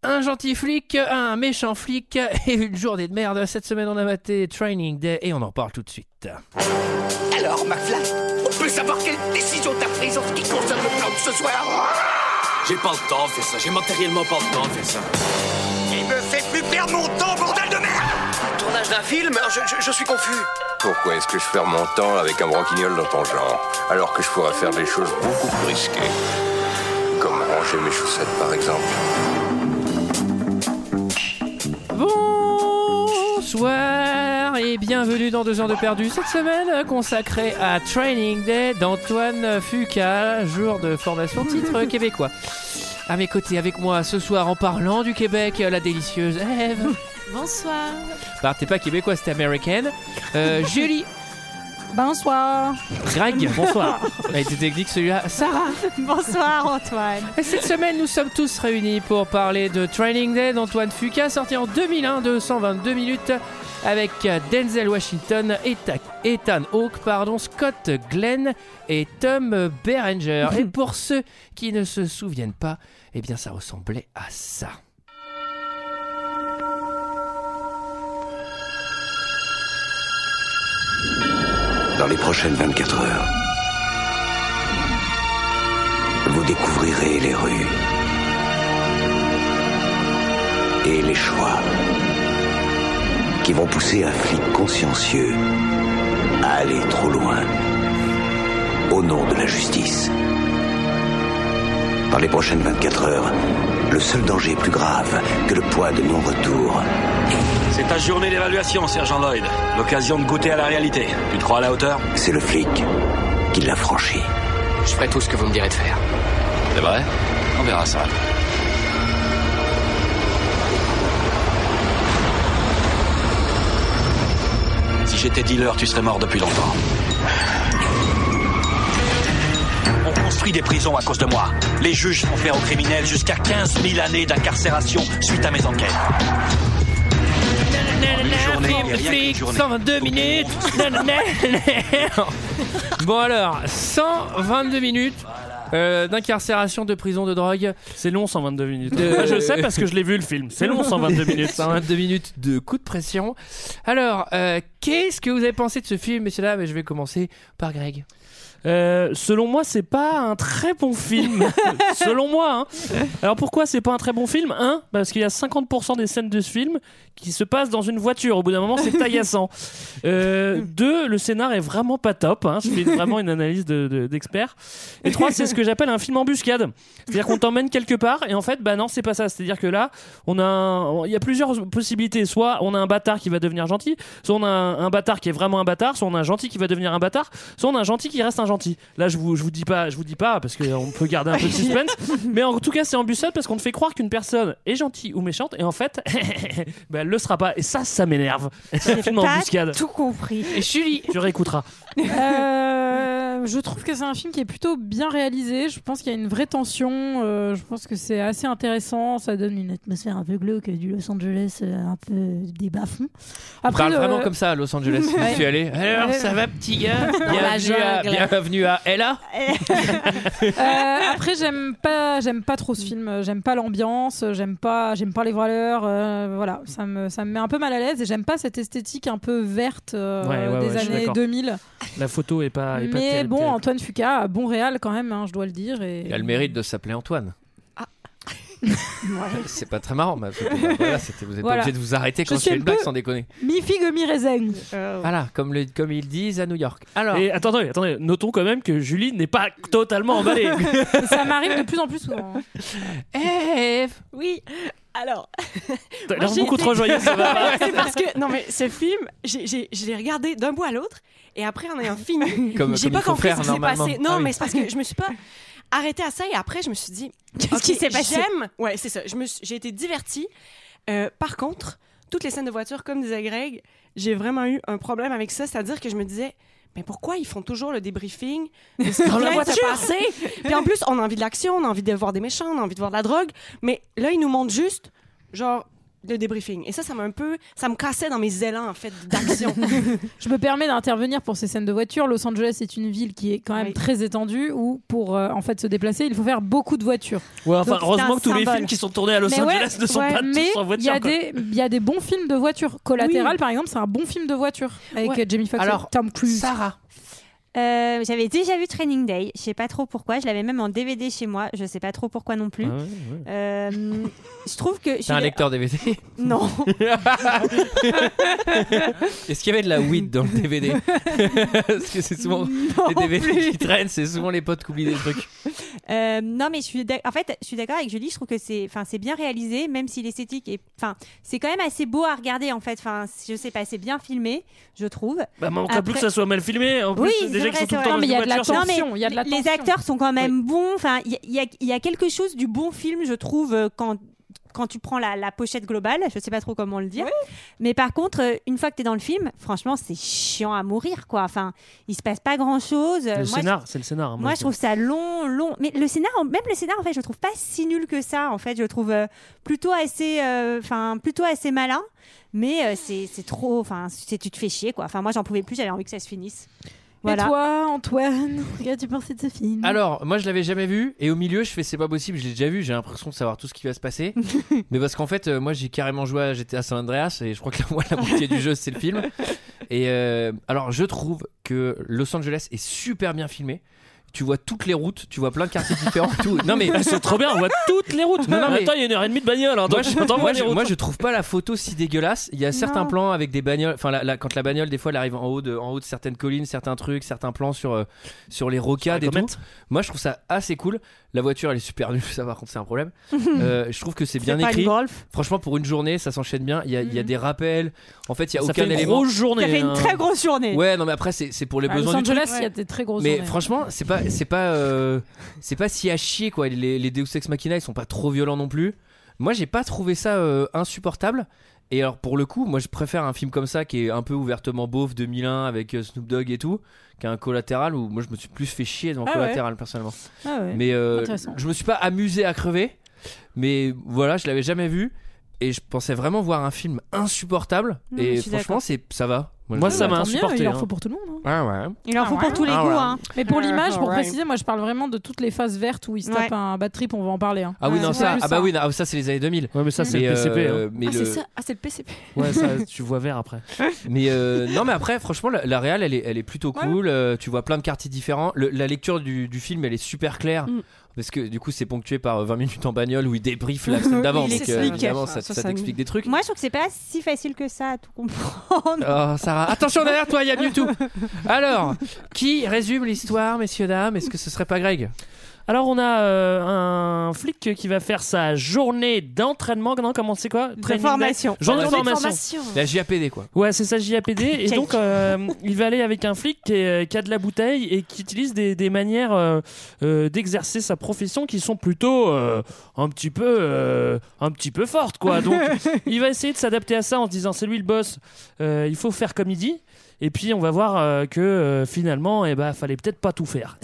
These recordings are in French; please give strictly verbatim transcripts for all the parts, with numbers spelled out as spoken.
Un gentil flic, un méchant flic et une journée de merde. Cette semaine, on a maté Training Day et on en parle tout de suite. Alors, McFly, on peut savoir quelle décision t'as prise en ce qui concerne le plan de ce soir? J'ai pas le temps de faire ça, j'ai matériellement pas le temps de faire ça. Il me fait plus perdre mon temps, bordel de merde! Tournage d'un film? je, je, je suis confus. Pourquoi est-ce que je perds mon temps avec un branquignol dans ton genre, alors que je pourrais faire des choses beaucoup plus risquées? Comme ranger mes chaussettes, par exemple. Bonsoir et bienvenue dans deux heures de perdu. Cette semaine consacrée à Training Day d'Antoine Fuqua, jour de formation titre québécois. À mes côtés, avec moi ce soir en parlant du Québec, la délicieuse Ève. Bonsoir. Bah, t'es pas québécois, c'était américaine. Euh, Julie. Bonsoir. Greg. Bonsoir. Il a été technique celui-là. Sarah. Bonsoir Antoine. Et cette semaine, nous sommes tous réunis pour parler de Training Day d'Antoine Fuqua, sorti en deux mille un de cent vingt-deux minutes, avec Denzel Washington, Ethan Hawke, pardon, Scott Glenn et Tom Berenger. Et pour ceux qui ne se souviennent pas, eh bien ça ressemblait à ça. Dans les prochaines vingt-quatre heures, vous découvrirez les rues et les choix qui vont pousser un flic consciencieux à aller trop loin au nom de la justice. Dans les prochaines vingt-quatre heures, le seul danger est plus grave que le point de non-retour. C'est ta journée d'évaluation, Sergent Lloyd. L'occasion de goûter à la réalité. Tu te crois à la hauteur? C'est le flic qui l'a franchi. Je ferai tout ce que vous me direz de faire. C'est vrai? On verra ça. Si j'étais dealer, tu serais mort depuis longtemps. On construit des prisons à cause de moi. Les juges font faire aux criminels jusqu'à quinze mille années d'incarcération suite à mes enquêtes. cent vingt-deux minutes. Bon alors, cent vingt-deux minutes euh, d'incarcération, de prison, de drogue. C'est long, cent vingt-deux minutes. De... Moi, je sais parce que je l'ai vu le film. C'est long, cent vingt-deux minutes. cent vingt-deux minutes de coup de pression. Alors, euh, qu'est-ce que vous avez pensé de ce film, messieurs dames? Je vais commencer par Greg. Euh, selon moi, c'est pas un très bon film. Selon moi, hein. Alors pourquoi c'est pas un très bon film? Un, parce qu'il y a cinquante pour cent des scènes de ce film qui se passent dans une voiture. Au bout d'un moment, c'est agaçant. Euh, deux, le scénar est vraiment pas top. Hein. Je fais vraiment une analyse de, de, d'expert. Et trois, c'est ce que j'appelle un film embuscade. C'est-à-dire qu'on t'emmène quelque part et en fait, bah non, c'est pas ça. C'est-à-dire que là, on a, un... il y a plusieurs possibilités. Soit on a un bâtard qui va devenir gentil, soit on a un, un bâtard qui est vraiment un bâtard, soit on a un gentil qui va devenir un bâtard, soit on a un gentil qui reste un gentil. Là, je vous, je vous dis pas, je vous dis pas parce qu'on peut garder un peu de suspense. Mais en tout cas, c'est embuscade parce qu'on te fait croire qu'une personne est gentille ou méchante et en fait, bah, elle le sera pas. Et ça, ça m'énerve. C'est un film embuscade. Tout compris. Et Julie, tu réécouteras. Euh, je trouve que c'est un film qui est plutôt bien réalisé. Je pense qu'il y a une vraie tension. Euh, je pense que c'est assez intéressant. Ça donne une atmosphère un peu glauque du Los Angeles, un peu des bas-fonds. On parle euh... vraiment comme ça à Los Angeles. Ouais. Je suis allé. Alors, ça va, petit gars? Bienvenue à, bienvenue à Ella. euh, après, j'aime pas, j'aime pas trop ce film. J'aime pas l'ambiance. J'aime pas, j'aime pas les valeurs. Euh, voilà, ça me, ça me met un peu mal à l'aise et j'aime pas cette esthétique un peu verte euh, ouais, ouais, des ouais, années deux mille. La photo est pas. Est Mais pas terrible, bon, terrible. Antoine Fuqua, bon réal quand même, hein, je dois le dire. Et... Il a le mérite de s'appeler Antoine. Ah. C'est pas très marrant, mais voilà, c'était, vous êtes Voilà. pas obligé de vous arrêter quand Je je fais suis une un blague peu sans déconner. Mi-figue, mi-raisin. Euh... Voilà, comme, le, comme ils disent à New York. Alors, Et attendez, attendez, notons quand même que Julie n'est pas totalement emballée. Ça m'arrive de plus en plus souvent. Ève. Oui, alors. T'as Moi, l'air j'ai beaucoup été- trop joyeuse, ça va pas. C'est parce que. Non, mais ce film, j'ai, j'ai, je l'ai regardé d'un bout à l'autre, et après, en ayant fini, Comme- j'ai comme pas il faut compris faire ce qui s'est normalement. passé. Non, Ah oui. mais c'est parce que je me suis pas arrêtée à ça, et après, je me suis dit. Qu'est-ce ok, qui s'est passé? J'aime. Ouais, c'est ça. Je me suis- j'ai été divertie. Euh, par contre, toutes les scènes de voiture, comme disait Greg, j'ai vraiment eu un problème avec ça, c'est-à-dire que je me disais. Mais pourquoi ils font toujours le débriefing de ce qui Dans la vient de se voiture. passer? Puis en plus, on a envie de l'action, on a envie de voir des méchants, on a envie de voir de la drogue. Mais là, ils nous montrent juste, genre, le débriefing. Et ça, ça m'a un peu, ça me cassait dans mes élans en fait d'action. Je me permets d'intervenir pour ces scènes de voiture. Los Angeles est une ville qui est quand même Oui. très étendue où pour euh, en fait se déplacer, il faut faire beaucoup de voitures. Ouais, enfin, Donc, c'est heureusement un que tous les symbole. films qui sont tournés à Los Mais Angeles ouais, ne sont ouais, pas mais tous en il voiture. y a quoi. des il y a des bons films de voiture. Collatéral Oui. par exemple, c'est un bon film de voiture avec Ouais. euh, Jamie Foxx Alors, et Tom Cruise. Sarah. Euh, j'avais déjà vu Training Day, je sais pas trop pourquoi, je l'avais même en D V D chez moi, je sais pas trop pourquoi non plus. Ah ouais, ouais. Euh, je trouve que T'as un lecteur D V D? Non. Est-ce qu'il y avait de la weed dans le D V D? Parce que c'est souvent Non les D V D plus. qui traînent, c'est souvent les potes qui oublient des trucs. Euh, non mais je suis d'ac- en fait je suis d'accord avec Julie, je trouve que c'est enfin c'est bien réalisé, même si l'esthétique est enfin c'est quand même assez beau à regarder en fait, enfin je sais pas, c'est bien filmé, je trouve. Bah, mais encore plus Après- que ça soit mal filmé. En plus, Oui, déjà c'est qu'ils vrai, sont tout c'est le vrai. temps Non, dans mais il y a une de la voiture, tension. c'est- Non, mais il y a de la les tension. acteurs sont quand même bons, enfin il y, a- il y a- il y a quelque chose du bon film, je trouve, euh, quand quand tu prends la, la pochette globale, je sais pas trop comment le dire, mais par contre, euh, une fois que tu es dans le film, franchement, c'est chiant à mourir, quoi. Enfin, il se passe pas grand-chose. Le moi, scénar, c'est le scénar. hein, Moi, moi, je trouve ça long, long. Mais le scénar, même le scénar, en fait, je le trouve pas si nul que ça. En fait, je le trouve euh, plutôt assez, enfin, plutôt assez malin. Mais euh, c'est, c'est trop. Enfin, c'est, tu te fais chier, quoi. Enfin, moi, j'en pouvais plus. J'avais envie que ça se finisse. Voilà. Et toi, Antoine, qu'as-tu pensé de ce film? Alors, moi je l'avais jamais vu, et au milieu je fais c'est pas possible, je l'ai déjà vu, j'ai l'impression de savoir tout ce qui va se passer. Mais parce qu'en fait, euh, moi j'ai carrément joué à G T A San Andreas, et je crois que la, moi, la moitié du jeu c'est le film. Et euh, alors je trouve que Los Angeles est super bien filmé. Tu vois toutes les routes, tu vois plein de quartiers différents et tout. Non mais Ah, c'est trop bien, on voit toutes les routes. Non, non, mais- Attends, il y a une heure et demie de bagnole. Hein, moi, donc je, t'en vois moi, les je- routes. moi, je trouve pas la photo si dégueulasse. Il y a certains Non. plans avec des bagnoles, enfin la- la- quand la bagnole des fois elle arrive en haut de, en haut de certaines collines, certains trucs, certains plans sur euh, sur les rocades Sur et la tout. comète. Moi je trouve ça assez cool. La voiture elle est super nulle, ça par contre c'est un problème. Euh, je trouve que c'est bien C'est pas écrit. une golf. Franchement pour une journée ça s'enchaîne bien. Il y a, il y a des rappels. En fait il y a Ça aucun fait une élément. grosse journée. Ça fait une hein. très grosse journée. Ouais non mais après c'est c'est pour les À Los besoins du truc. Angeles, il y a des très grosses Mais journées. franchement, c'est pas, c'est pas, euh, c'est pas si à chier quoi. Les, les Deus Ex Machina, ils sont pas trop violents non plus. Moi, j'ai pas trouvé ça euh, insupportable. Et alors, pour le coup, moi, je préfère un film comme ça qui est un peu ouvertement beauf, deux mille un avec euh, Snoop Dogg et tout, qu'un Collatéral où moi, je me suis plus fait chier devant Ah ouais. Collatéral personnellement. Ah ouais. Mais euh, Intéressant. je me suis pas amusé à crever. Mais voilà, je l'avais jamais vu. Et je pensais vraiment voir un film insupportable. Mmh, et je suis franchement, d'accord. c'est, ça va. Moi, ça m'a Tant mieux, insupporté. il en hein. faut pour tout le monde. hein. Ah ouais. Il en faut Ah pour ouais. tous les Ah goûts. ouais. Hein. Mais pour Euh, l'image, pour alright. préciser, moi je parle vraiment de toutes les phases vertes où il se tape Ouais. un bad trip, on va en parler. hein. Ah oui, Ouais, non, c'est ça, plus ah bah ça. oui, non, ça c'est les années deux mille. Ouais, mais ça, c'est Mais, le P C P. euh, hein. mais Ah, le- c'est ça. Ah, c'est le P C P. Ouais, ça, tu vois vert après. Mais euh, non, mais après, franchement, la, la réal, elle est, elle est plutôt cool. Euh, tu vois plein de quartiers différents. Le- la lecture du, du film, elle est super claire. Mm. Parce que du coup, c'est ponctué par euh, vingt minutes en bagnole où il débriefe la scène d'avant. Il Donc, explique. euh, évidemment, ça, Ça, ça ça t'explique des trucs. Moi, je trouve que c'est pas si facile que ça à tout comprendre. Oh, Sarah, attention derrière toi, il y a YouTube. Alors, qui résume l'histoire, messieurs, dames? Est-ce que ce serait pas Greg? Alors, on a euh, un flic qui va faire sa journée d'entraînement. Non, comment c'est quoi? De Training day. formation. Journée de Journée de formation. La J A P D, quoi. Ouais, c'est ça, J A P D. Et Check. donc, euh, il va aller avec un flic qui, est- qui a de la bouteille et qui utilise des, des manières euh, euh, d'exercer sa profession qui sont plutôt euh, un petit peu, euh, un petit peu fortes, quoi. Donc, il va essayer de s'adapter à ça en se disant, c'est lui le boss, euh, il faut faire comme il dit. Et puis, on va voir euh, que euh, finalement, eh ben, fallait peut-être pas tout faire.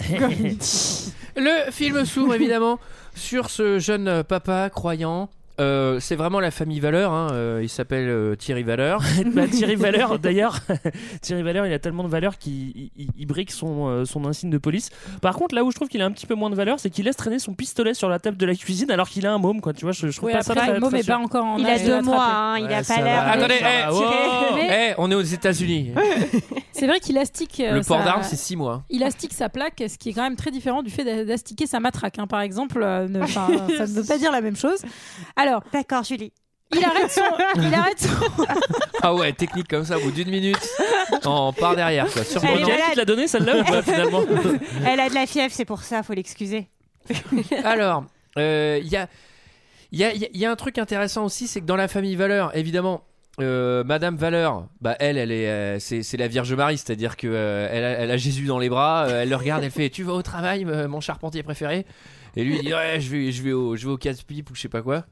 Le film s'ouvre évidemment sur ce jeune euh, papa croyant. Euh, c'est vraiment la famille Valeur, hein. euh, il s'appelle euh, Thierry Valeur. Bah, Thierry Valeur, d'ailleurs, Thierry Valeur, il a tellement de valeur qu'il il, il brique son, euh, son insigne de police. Par contre, là où je trouve qu'il a un petit peu moins de valeur, c'est qu'il laisse traîner son pistolet sur la table de la cuisine alors qu'il a un môme, quoi. Tu vois, je, je trouve Oui, pas ça après, très, le môme très n'est sûr. pas encore en Il a âge de deux l'attraper. mois, hein, il Ouais, a ça pas l'air. va. Attendez, Ça eh, va. oh, Mais- eh, on est aux États-Unis. C'est vrai qu'il astique. euh, Le port sa- d'armes, c'est six mois. Il astique sa plaque, ce qui est quand même très différent du fait d'a- d'astiquer sa matraque. hein. Par exemple, euh, ne- enfin, ça ne veut pas dire la même chose. Alors, D'accord, Julie. il arrête son, il arrête son, Ah ouais, technique comme ça, au bout d'une minute, on part derrière, quoi. Elle est Surprenant. Quel qui te l'a donné celle-là ou pas finalement? Elle a de la fièvre, c'est pour ça, faut l'excuser. Alors, euh, il y a, il y, a, il y a un truc intéressant aussi, c'est que dans la famille Valeur, évidemment, euh, Madame Valeur, bah elle, elle est, euh, c'est, c'est la Vierge Marie, c'est-à-dire que euh, elle, a, elle a Jésus dans les bras, euh, elle le regarde, elle fait, tu vas au travail, euh, mon charpentier préféré? Et lui il dit, ouais, je vais, je vais au, je vais au casse-pipe ou je sais pas quoi.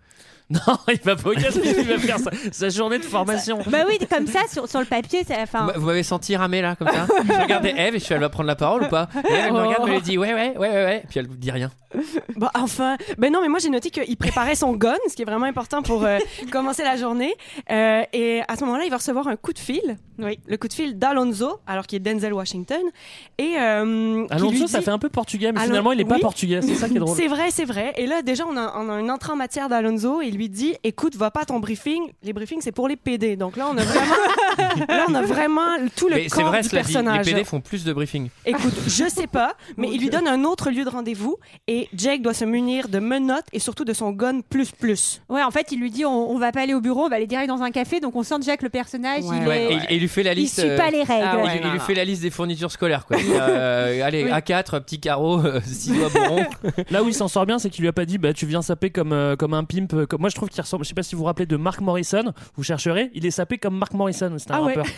Non, il va pas au casse, il va faire sa, sa journée de formation. Bah oui, comme ça, sur, sur le papier, ça. Enfin. Vous m'avez senti ramer là, comme ça. Je regardais Eve et je suis, elle va prendre la parole ou pas? Et elle, elle me regarde, elle me dit ouais, ouais, ouais, ouais, ouais. Puis elle dit rien. Bah, enfin, ben non, mais moi j'ai noté qu'il préparait son gun, ce qui est vraiment important pour euh, commencer la journée. Euh, et à ce moment-là, il va recevoir un coup de fil. Oui, le coup de fil d'Alonso, alors qu'il est Denzel Washington. Et euh, Alonso, lui dit... ça fait un peu portugais, mais Alon... finalement, il est oui. pas portugais. C'est ça qui est drôle. C'est vrai, c'est vrai. Et là, déjà, on a, on a une entrée en matière d'Alonso et il lui dit écoute, va pas à ton briefing. Les briefings, c'est pour les P D. Donc là, on a vraiment, là, on a vraiment tout le mais corps c'est vrai, du cela dit, personnage. les P D font plus de briefing. Écoute, je sais pas, mais il lui donne un autre lieu de rendez-vous et Jake doit se munir de menottes et surtout de son gun plus plus. Ouais, en fait, il lui dit on, on va pas aller au bureau, on va aller direct dans un café. Donc on sent déjà que le personnage, Ouais. il Ouais, est. et, et il lui fait la liste. Il suit pas les règles. Ah ouais, il, il non, lui non. fait la liste des fournitures scolaires, quoi. Euh, allez, Oui. A quatre, petit carreau, six doigts bourrons. Là où il s'en sort bien, c'est qu'il lui a pas dit bah tu viens saper comme euh, comme un pimp. euh, Comme... Moi, je trouve qu'il ressemble. Je sais pas si vous vous rappelez de Mark Morrison. Vous chercherez. Il est sapé comme Mark Morrison. C'est un Ah ouais. rappeur.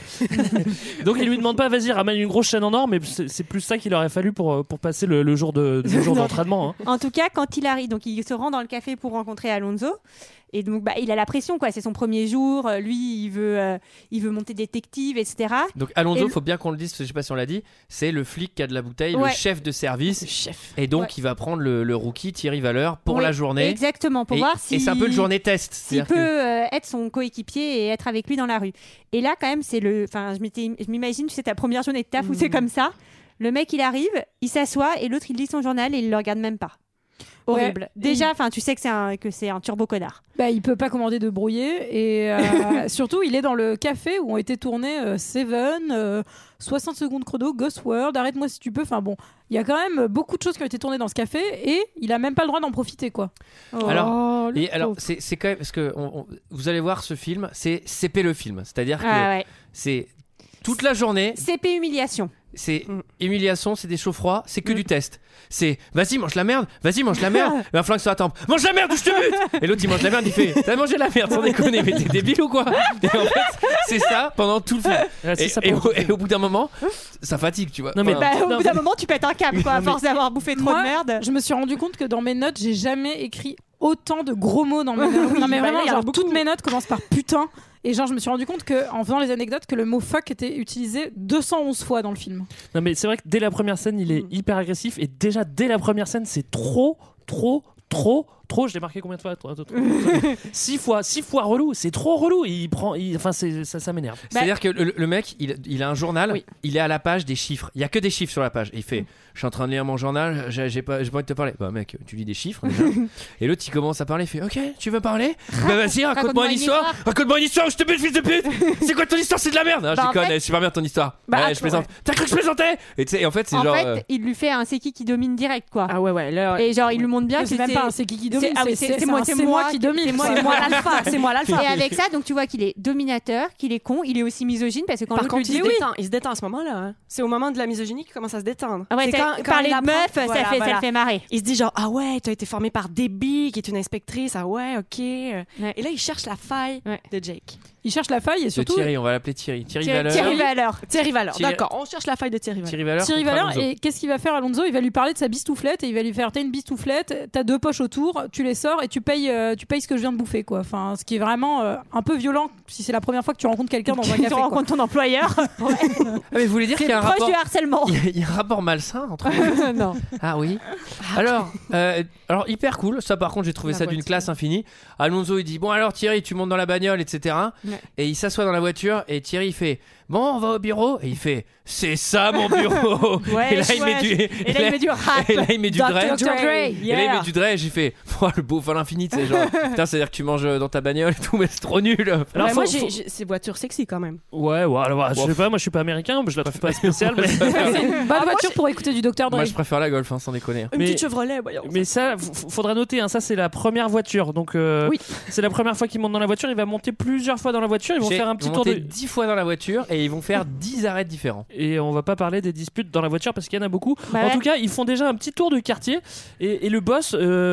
Donc il lui demande pas vas-y ramène une grosse chaîne en or, mais c'est, c'est plus ça qu'il aurait fallu pour pour passer le, le jour de le jour d'entraînement. Hein. En tout cas, quand il arrive, donc il se rend dans le café pour rencontrer Alonso. Et donc, bah, il a la pression, quoi. C'est son premier jour. Euh, Lui, il veut, euh, il veut monter détective, et cetera. Donc Alonso, Et faut bien qu'on le dise, parce que je sais pas si on l'a dit, c'est le flic qui a de la bouteille, Ouais. le chef de service. Chef. Et donc Ouais. il va prendre le, le rookie Thierry Valeur pour Oui, la journée. Exactement, pour et, voir si. et c'est un peu le journée test. S'il C'est-à-dire peut que- euh, être son coéquipier et être avec lui dans la rue. Et là, quand même, c'est le. Enfin, je, m'étais- je m'imagine, c'est ta première journée de taf où c'est comme ça. Le mec, il arrive, il s'assoit et l'autre, il lit son journal et il le regarde même pas. Horrible. Ouais. Déjà, enfin, tu sais que c'est un que c'est un turbo connard. Bah, il peut pas commander de brouillé et euh, surtout il est dans le café où ont été tournés euh, Seven, euh, soixante secondes chrono, Ghost World, arrête-moi si tu peux. Enfin bon, il y a quand même beaucoup de choses qui ont été tournées dans ce café et il a même pas le droit d'en profiter quoi. Alors, le et alors pauvre. c'est, c'est quand même parce que on- on- vous allez voir ce film, c'est C P le film, c'est-à-dire que Ah ouais. c'est toute la journée, C P humiliation. c'est Mm. humiliation, c'est des chauds froids, c'est que du test. C'est vas-y mange la merde, vas-y mange la merde, et un flingue sur la tempe, mange la merde ou je te bute. Et l'autre il mange la merde, il fait t'as mangé la merde sans déconner, mais t'es débile ou quoi? Et en fait c'est ça pendant tout le film. Ah, c'est Et, ça et pendant au, tout le et au bout d'un moment, ça fatigue, tu vois. Non, mais- Enfin, Bah, au non, bout d'un mais- moment, tu pètes un câble, quoi, à Non, mais- force d'avoir bouffé trop Moi, de merde. Je me suis rendu compte que dans mes notes, j'ai jamais écrit autant de gros mots dans mes notes. Non mais bah là, vraiment, il y en a genre, beaucoup. toutes mes notes commencent par putain. Et genre, je me suis rendu compte que en faisant les anecdotes, que le mot fuck était utilisé deux cent onze fois dans le film. Non mais c'est vrai que dès la première scène, il est hyper agressif et déjà dès la première scène, c'est trop, trop, trop, trop. Je l'ai marqué combien de fois? Trois, trois, trois, trois. Six fois, six fois relou. C'est trop relou. Il prend, il- enfin c'est ça, ça m'énerve. C'est-à-dire que le, le mec, il, il a un journal, Oui. il est à la page des chiffres. Il y a que des chiffres sur la page. Et il fait je suis en train de lire mon journal, j'ai, j'ai pas, j'ai pas envie de te parler. Bah mec, tu lis des chiffres déjà. Et l'autre il commence à parler, il fait ok, tu veux parler? Bah vas-y, raconte-moi Raconte-moi une une histoire. histoire. Raconte-moi une histoire, je te bute, fils de pute. C'est quoi ton histoire? C'est de la merde. Ah, Bah, je en déconne, fait- elle est super bien ton histoire. Bah, ouais, attends, je plaisante. T'as cru que je plaisantais? Et tu sais, et en fait c'est En genre. fait, euh, il lui fait un c'est qui qui domine direct, quoi. Ah ouais, ouais. Là, Et genre, il lui montre bien que c'est même pas un c'est qui qui domine, c'est- ah oui, c'est, c'est- c'est, c'est moi- un c'est c'est moi moi qui qui- domine. c'est moi- quoi. c'est moi l'alpha, c'est moi l'alpha. Et avec ça, donc tu vois qu'il est dominateur, qu'il est con, il est aussi misogyne parce que quand Par l'autre contre, lui il dit se oui. détend. Il se détend à ce moment-là. hein. C'est au moment de la misogynie qu'il commence à se détendre. Ah ouais, c'est ça- quand, quand parler il de apprend- meuf, ça, Voilà, fait, ça voilà. le fait marrer. Il se dit genre ah ouais, t'as été formé par Debbie qui est une inspectrice. Ah ouais, ok. Et là il cherche la faille Ouais. de Jake. Il cherche la faille et de surtout Thierry, on va l'appeler Thierry. Thierry, Thierry, Valeur. Thierry Valeur. Thierry Valeur. Thierry- D'accord, on cherche la faille de Thierry Valeur. Thierry Valeur. Thierry contre Valeur, Alonso. et qu'est-ce qu'il va faire Alonso? Il va lui parler de sa bistouflette et il va lui faire t'as une bistouflette, t'as deux poches autour, tu les sors et tu payes, euh, tu payes ce que je viens de bouffer quoi. Enfin, ce qui est vraiment euh, un peu violent si c'est la première fois que tu rencontres quelqu'un dans un café. Tu quoi. rencontres ton employeur. Ah, mais vous voulez dire qu'il y a un Proche rapport. du harcèlement. Il y, a, il y a un rapport malsain entre eux. Non. Ah oui. Alors, euh, alors hyper cool. Ça, par contre, j'ai trouvé La ça d'une voiture. classe infinie. Alonso, il dit bon alors Thierry, tu montes dans la bagnole, et cetera. Ouais. Et il s'assoit dans la voiture et Thierry il fait bon, on va au bureau. Et il fait c'est ça mon bureau. Ouais, et là il met ouais. du Et là, il met du rap. et là il met du dre. docteur Dre. Et là il Yeah. met du dre. Et j'ai fait oh, le beauf à l'infini. C'est genre putain, c'est à dire que tu manges dans ta bagnole et tout, mais c'est trop nul. Alors, Ouais, faut- moi faut- j'ai j'ai- c'est voiture sexy quand même. Ouais, ouais, alors, je sais pas, moi je suis pas américain, mais je la trouve pas spéciale. mais... C'est une bonne moi, voiture j'ai- pour écouter du docteur Dre. Moi je préfère la Golf, hein, sans déconner. Une Mais- petite Chevrolet, voyons. Mais ça, f- f- faudra noter, hein, ça c'est la première voiture. Donc euh, Oui. c'est la première fois qu'il monte dans la voiture. Il va monter plusieurs fois dans la voiture. Ils vont J'ai- faire un ils petit vont tour de. monter dix fois dans la voiture et ils vont faire dix arrêts différents. Et on va pas parler des disputes dans la voiture parce qu'il y en a beaucoup. Bah en ouais. tout cas, ils font déjà un petit tour de quartier et, et le boss euh, s'intéresse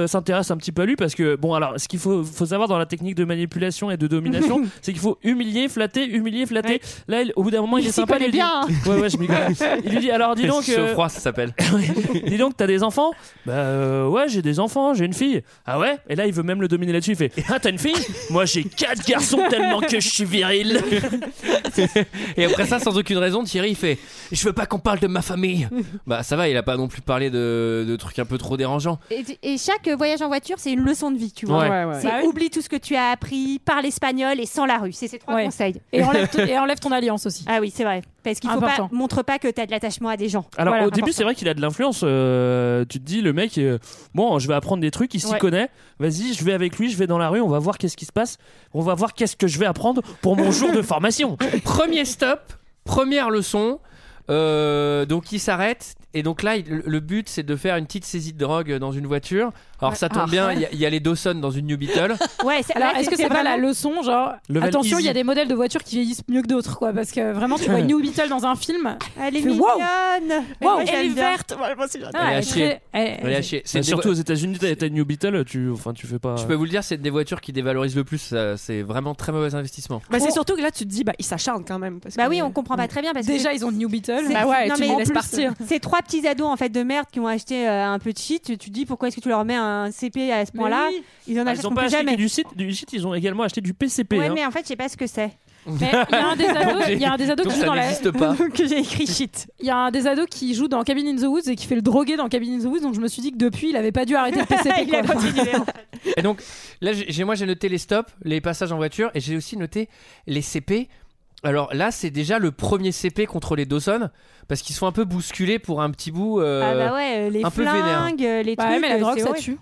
passe un petit peu à lui parce que bon alors ce qu'il faut, faut savoir dans la technique de manipulation et de domination c'est qu'il faut humilier, flatter, humilier, flatter. Ouais. Là il, au bout d'un moment il, il est sympa, il lui bien. Dit, ouais ouais je m'y connais. Il lui dit alors dis donc. Euh... froid ça s'appelle. Dis donc t'as des enfants? Bah euh, ouais j'ai des enfants, j'ai une fille. Ah ouais? Et là il veut même le dominer là-dessus. Il fait ah t'as une fille? Moi j'ai quatre garçons tellement que je suis viril. Et après ça sans aucune raison Thierry il fait je veux pas qu'on parle de ma famille. Bah ça va il a pas non plus parlé de, de trucs un peu trop dérangeants. Et, et chaque voyage en voiture c'est une leçon de vie tu vois. Ouais. Ouais, ouais. C'est Bah oui. oublie tout ce que tu as appris, parle espagnol et sans la rue. C'est ces trois Ouais. conseils. Et enlève, t- et enlève ton alliance aussi. Ah oui c'est vrai. Parce qu'il faut Important. pas montre pas que t'as de l'attachement à des gens. Alors Voilà, au début important. c'est vrai qu'il a de l'influence. Euh, tu te dis le mec euh, bon je vais apprendre des trucs, il s'y Ouais. connaît. Vas-y je vais avec lui, je vais dans la rue, on va voir qu'est-ce qui se passe. On va voir qu'est-ce que je vais apprendre pour mon jour de formation. Premier stop, première leçon. Euh, donc il s'arrête et donc là il, le but c'est de faire une petite saisie de drogue dans une voiture. Alors ça tombe Ah. bien, il y, a- il y a les Dawson dans une New Beetle. Ouais, c'est, Alors, là, est-ce que c'est, c'est pas vraiment- la leçon, genre, Level attention, il y a easy. des modèles de voitures qui vieillissent mieux que d'autres, quoi, parce que vraiment, tu vois une New Beetle dans un film, Elle est Tu fais, mignonne. wow. Moi, Wow. j'aime Elle est bien. verte. Ouais, moi aussi, j'adore. ah, Elle est elle à est chier. très- elle- Elle est à chier. C'est Bah, des surtout vo- aux États-Unis t'as une New Beetle, tu enfin tu fais pas. Je peux vous le dire, c'est des voitures qui dévalorisent le plus. Ça, c'est vraiment très mauvais investissement. Bah, c'est surtout que là, tu te dis, bah, il s'acharne quand même. Parce Bah que- oui, on comprend pas très bien parce que Déjà, ils ont une New Beetle. C'est- Bah ouais, non, tu mais les en laisses plus, partir. Ces trois petits ados en fait de merde qui ont acheté euh, un peu de shit, tu te dis pourquoi est-ce que tu leur mets un C P à ce Mais point-là? oui. Ils en Ah, ils achèteront ont pas plus acheté jamais. que du site, du site, ils ont également acheté du P C P. Ouais, hein. mais en fait, je sais pas ce que c'est. Mais il y a un des ados, il y a un des ados Donc qui joue ça dans la, n'existe pas. que j'ai écrit shit. il y a un des ados qui joue dans Cabin in the Woods et qui fait le drogué dans Cabin in the Woods, donc je me suis dit que depuis, il avait pas dû arrêter le P C P. Il a quoi. continué. en fait. Et donc là, j'ai, moi j'ai noté les stops, les passages en voiture et j'ai aussi noté les C P. Alors là, c'est déjà le premier C P contre les Dawson parce qu'ils se font un peu bousculer pour un petit bout. euh, Ah bah ouais, euh, les un peu vénère. flingues, euh, les Bah trucs. ouais, mais la euh, drogue, c'est ça horrible. tue.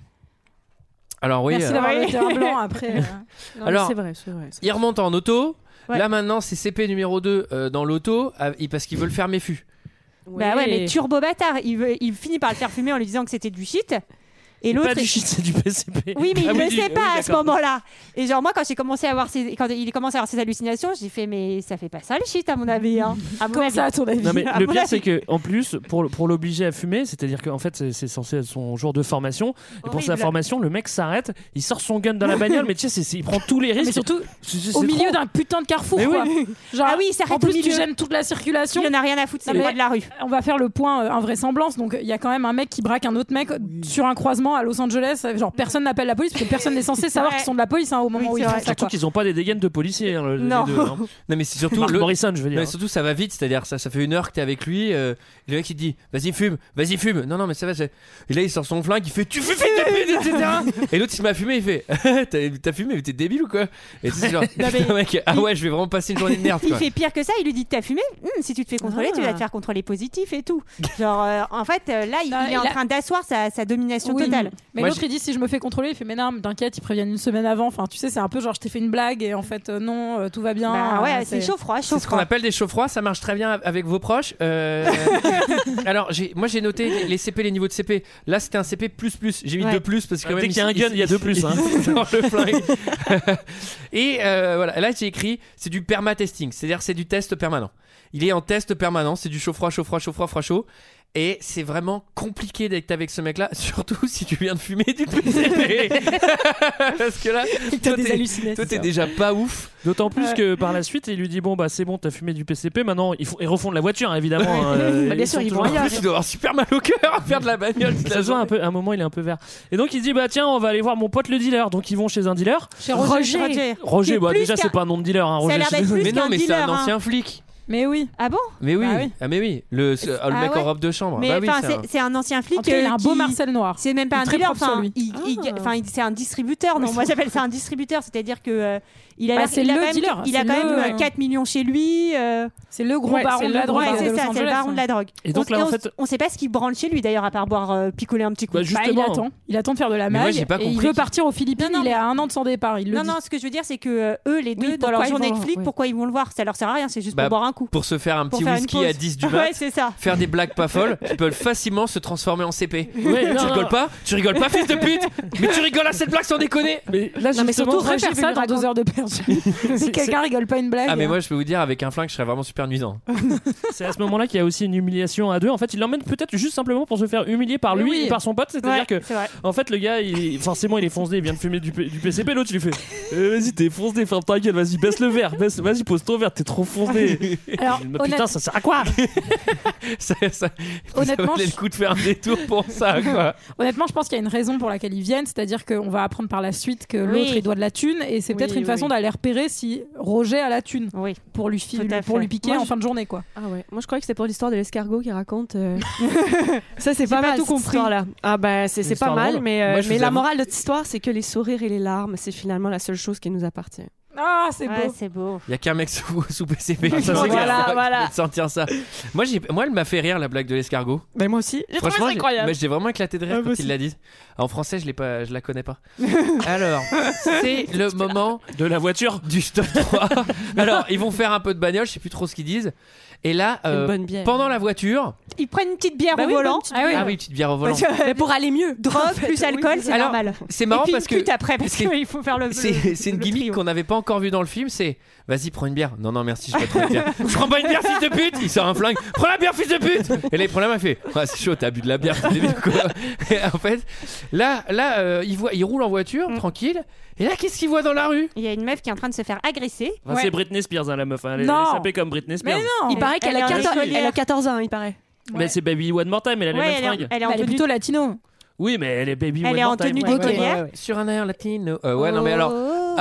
Alors oui. Merci euh, d'avoir ouais. noté un blanc après. euh. Non, Alors- mais c'est vrai, c'est vrai. Il remonte en auto. Ouais. Là maintenant, c'est C P numéro deux euh, dans l'auto euh, parce qu'ils veulent faire méfu. Bah ouais, mais turbo bâtard. Il, veut, il finit par le faire fumer en lui disant que c'était du shit. Et C'est l'autre. pas du shit, c'est du P C P. Oui, mais il Ah ne oui, le du- sait oui, pas à ce d'accord. moment-là. Et genre, moi, quand j'ai commencé à avoir ces... quand il commence à avoir ces hallucinations, j'ai fait, mais ça fait pas ça le shit, à mon avis. Hein. À mon Comment avis. ça, à ton avis Non mais À le mon pire avis. c'est que en plus pour pour l'obliger à fumer, c'est-à-dire qu'en fait c'est, c'est censé être son jour de formation et pour sa Horrible. formation le mec s'arrête, il sort son gun dans la bagnole mais tu sais c'est, c'est- il prend tous les risques. Mais surtout, C'est- c'est au trop. milieu d'un putain de carrefour, Mais quoi. oui. Genre, Ah oui, il s'arrête en au plus, tu milieu. gênes toute la circulation. Il en a rien à foutre, c'est Non, le mais- roi de la rue. On va faire le point euh, invraisemblance. Donc, il y a quand même un mec qui braque un autre mec sur un croisement à Los Angeles. Genre, personne n'appelle la police parce que personne n'est censé savoir Ouais. qu'ils sont de la police hein, au moment Oui, où c'est ils font vrai. ça. Surtout quoi. qu'ils ont pas des dégaines de policiers hein, le- Non. les deux. Hein. Non mais c'est surtout Mark le- Morrison je veux dire. Mais surtout ça va vite, c'est-à-dire ça, ça fait une heure que t'es avec lui, euh, le mec il te dit vas-y fume, vas-y fume, non non mais ça va, c'est... et là il sort son flingue, il fait tu fumes, et cetera. Et l'autre il se met à fumer, il fait t'as, t'as fumé mais t'es débile ou quoi? Et tu sais genre Non, mais- putain mec, ah ouais je vais vraiment passer une journée de merde Il quoi. fait pire que ça, il lui dit t'as fumé. Hum, si tu te fais contrôler, Ah. tu vas te faire contrôler positif et tout. Genre, euh, en fait, euh, là, il, Non, il est en il a- train d'asseoir sa, sa domination Oui, totale. Mais Moi, l'autre il dit si je me fais contrôler, il fait mais non, mais t'inquiète, ils préviennent une semaine avant. Enfin, tu sais, c'est un peu genre je t'ai fait une blague et en fait euh, non, euh, tout va bien. Bah ouais, euh, c'est chaud froid, C'est chaud ce qu'on froid. appelle des chauds-froids, ça marche très bien avec vos proches. Euh, Alors, j'ai, moi j'ai noté les- les C P, les niveaux de C P. Là c'était un C P plus plus. J'ai mis Ouais. deux plus parce que quand Dès même, qu'il y a un gun, il y a deux plus, hein. Dans le flingue. Et euh, voilà, là j'ai écrit c'est du perma-testing, c'est-à-dire c'est du test permanent. Il est en test permanent, c'est du chaud-froid, chaud-froid, chaud-froid, froid-chaud. Et c'est vraiment compliqué d'être avec ce mec-là, surtout si tu viens de fumer du P C P. Parce que là, toi, des t'es, hallucinations. toi, t'es déjà pas ouf. D'autant plus Ouais. que par la suite, il lui dit bon bah c'est bon, t'as fumé du P C P, maintenant ils, font, ils refont de la voiture hein, évidemment. hein, euh, Bah, bien ils sûr, sont ils toujours- vont En plus, tu dois avoir super mal au cœur à faire de la bagnole. toute la Ça se voit un journée. peu, à un moment il est un peu vert. Et donc il dit bah tiens on va aller voir mon pote le dealer. Donc ils vont chez un dealer. Chez Roger. Roger. Roger, Qui est bah plus déjà qu'un- c'est pas un nom de dealer. Hein, Ça a Roger. l'air d'être plus Mais non, qu'un mais c'est un dealer, hein. ancien flic. Mais oui. Ah bon? Mais oui, Bah oui. ah mais oui, le, ce- ah, le Ah mec ouais. en robe de chambre. Mais bah oui, enfin, c'est un- c'est, c'est un ancien flic. En tout cas, il a euh, un beau qui- Marcel noir. C'est même pas Il est un très dealer, propre sur enfin, lui. il- il- Ah. enfin, il- c'est un distributeur. Non, moi j'appelle ça un distributeur, c'est-à-dire que euh, il a, Bah, l'air- c'est il a le quand même, dealer, il a c'est quand le- même euh, quatre millions chez lui. euh, C'est le gros Ouais, baron c'est de le la gros drogue ouais, baron de c'est Los ça, c'est le Angeles. baron de la drogue. Et donc on, là, et en on- fait- on sait pas ce qu'il branle chez lui d'ailleurs, à part boire euh, picoler un petit coup. Bah, Bah, il justement. attend. Il attend de faire de la Mais moi, maille. j'ai pas et il compris veut qu'il- partir aux Philippines. Non, non, il est mais- à un an de son départ. Il le Non, dit. non, ce que je veux dire, c'est que euh, eux, les deux, Oui, dans pourquoi leur ils journée vont- de flic, ouais. pourquoi ils vont le voir? Ça leur sert à rien, c'est juste Bah, pour boire un coup. Pour se faire un Pour petit faire une whisky pause. à dix du mat, Ouais, c'est ça. faire des blagues pas folles, qui peuvent facilement se transformer en C P. Ouais, tu non, rigoles non. pas Tu rigoles pas, fils de pute Mais tu rigoles à cette blague sans déconner. Mais là, Non, mais justement, surtout, Roger faire veut ça le dans deux raconter. heures de perdu. Si quelqu'un rigole pas une blague. Ah mais moi je peux vous dire, avec un flingue je serais vraiment super nuisant. c'est à ce moment-là qu'il y a aussi une humiliation à deux. En fait, il l'emmène peut-être juste simplement pour se faire humilier par Mais lui oui. et par son pote. C'est-à-dire Ouais, que, c'est vrai. en fait, le gars, il, forcément, il est foncé, il vient de fumer du, P- du P C P. L'autre, il lui fait euh, vas-y, t'es foncé, ferme ta gueule, vas-y, baisse le verre, baisse, vas-y, pose ton verre, t'es trop foncé. Alors, Mais honnête- putain, ça sert à quoi? ça, ça, Honnêtement, ça valait le coup de faire un détour pour ça quoi. Honnêtement, je pense qu'il y a une raison pour laquelle ils viennent, c'est-à-dire qu'on va apprendre par la suite que l'autre Oui. il doit de la thune, et c'est Oui, peut-être une oui, façon oui. d'aller repérer si Roger a la thune Oui. pour lui, fi- Tout à pour fait. lui piquer Moi, en je- fin de journée, quoi. Ah ouais, moi je croyais que c'était pour l'histoire de l'escargot qui raconte. euh, ça c'est pas pas mal tout cette compris. histoire-là. Ah ben c'est Une c'est pas histoire mal, drôle. mais, euh, Moi, je mais vous la avoue- morale de cette histoire c'est que les sourires et les larmes c'est finalement la seule chose qui nous appartient. Ah, c'est Ouais, beau. c'est beau. Il y a qu'un mec sous, sous P C P. Ah, ça, c'est Voilà, qui peut voilà. te sortir ça. Moi, j'ai, moi, elle m'a fait rire la blague de l'escargot. Ben moi aussi. J'ai trouvé Franchement, ça j'ai, incroyable. mais j'ai vraiment éclaté de rire Ah, moi quand aussi. il l'a dit. En français, je l'ai pas, je la connais pas. Alors, c'est le moment De la voiture. du stop trois. Alors, ils vont faire un peu de bagnole, je sais plus trop ce qu'ils disent. Et là, Une euh, bonne bière. pendant la voiture, Ils prennent une petite bière Bah au oui, volant. bonne petite Ah oui. ah oui, une petite bière au volant. Mais pour aller mieux. Drogue En fait, plus oui, alcool, c'est Alors, normal. C'est marrant Et puis parce une que pute après, parce c'est- qu'il faut faire le. c'est, le- c'est une le gimmick trio. qu'on n'avait pas encore vu dans le film. C'est vas-y, prends une bière. Non, non, merci, je vais pas prendre une bière. Je prends pas une bière, fils de pute. Il sort un flingue. Prends la bière, fils de pute. Et là, il prend la main, il fait ouais, c'est chaud, t'as bu de la bière, t'es débile, quoi. Et en fait, là, là, euh, il voit, il roule en voiture, Mm. tranquille. Et là, qu'est-ce qu'il voit dans la rue? Il y a une meuf qui est en train de se faire agresser. Enfin, C'est Britney Spears, hein, la meuf. hein. Elle est Non. elle est sapée comme Britney Mais Spears. non. Il paraît qu'elle Elle a, a un quatorze collier. elle a quatorze ans, il paraît. Mais c'est Baby One More Time, elle a les Ouais, mêmes elle est, fringues. elle est en Bah, elle est tenue. plutôt latino. Oui, mais elle est Baby Elle One est en More Time. tenue ouais. d'écolière. Sur un air latino. Euh, ouais, non, mais alors. Ah,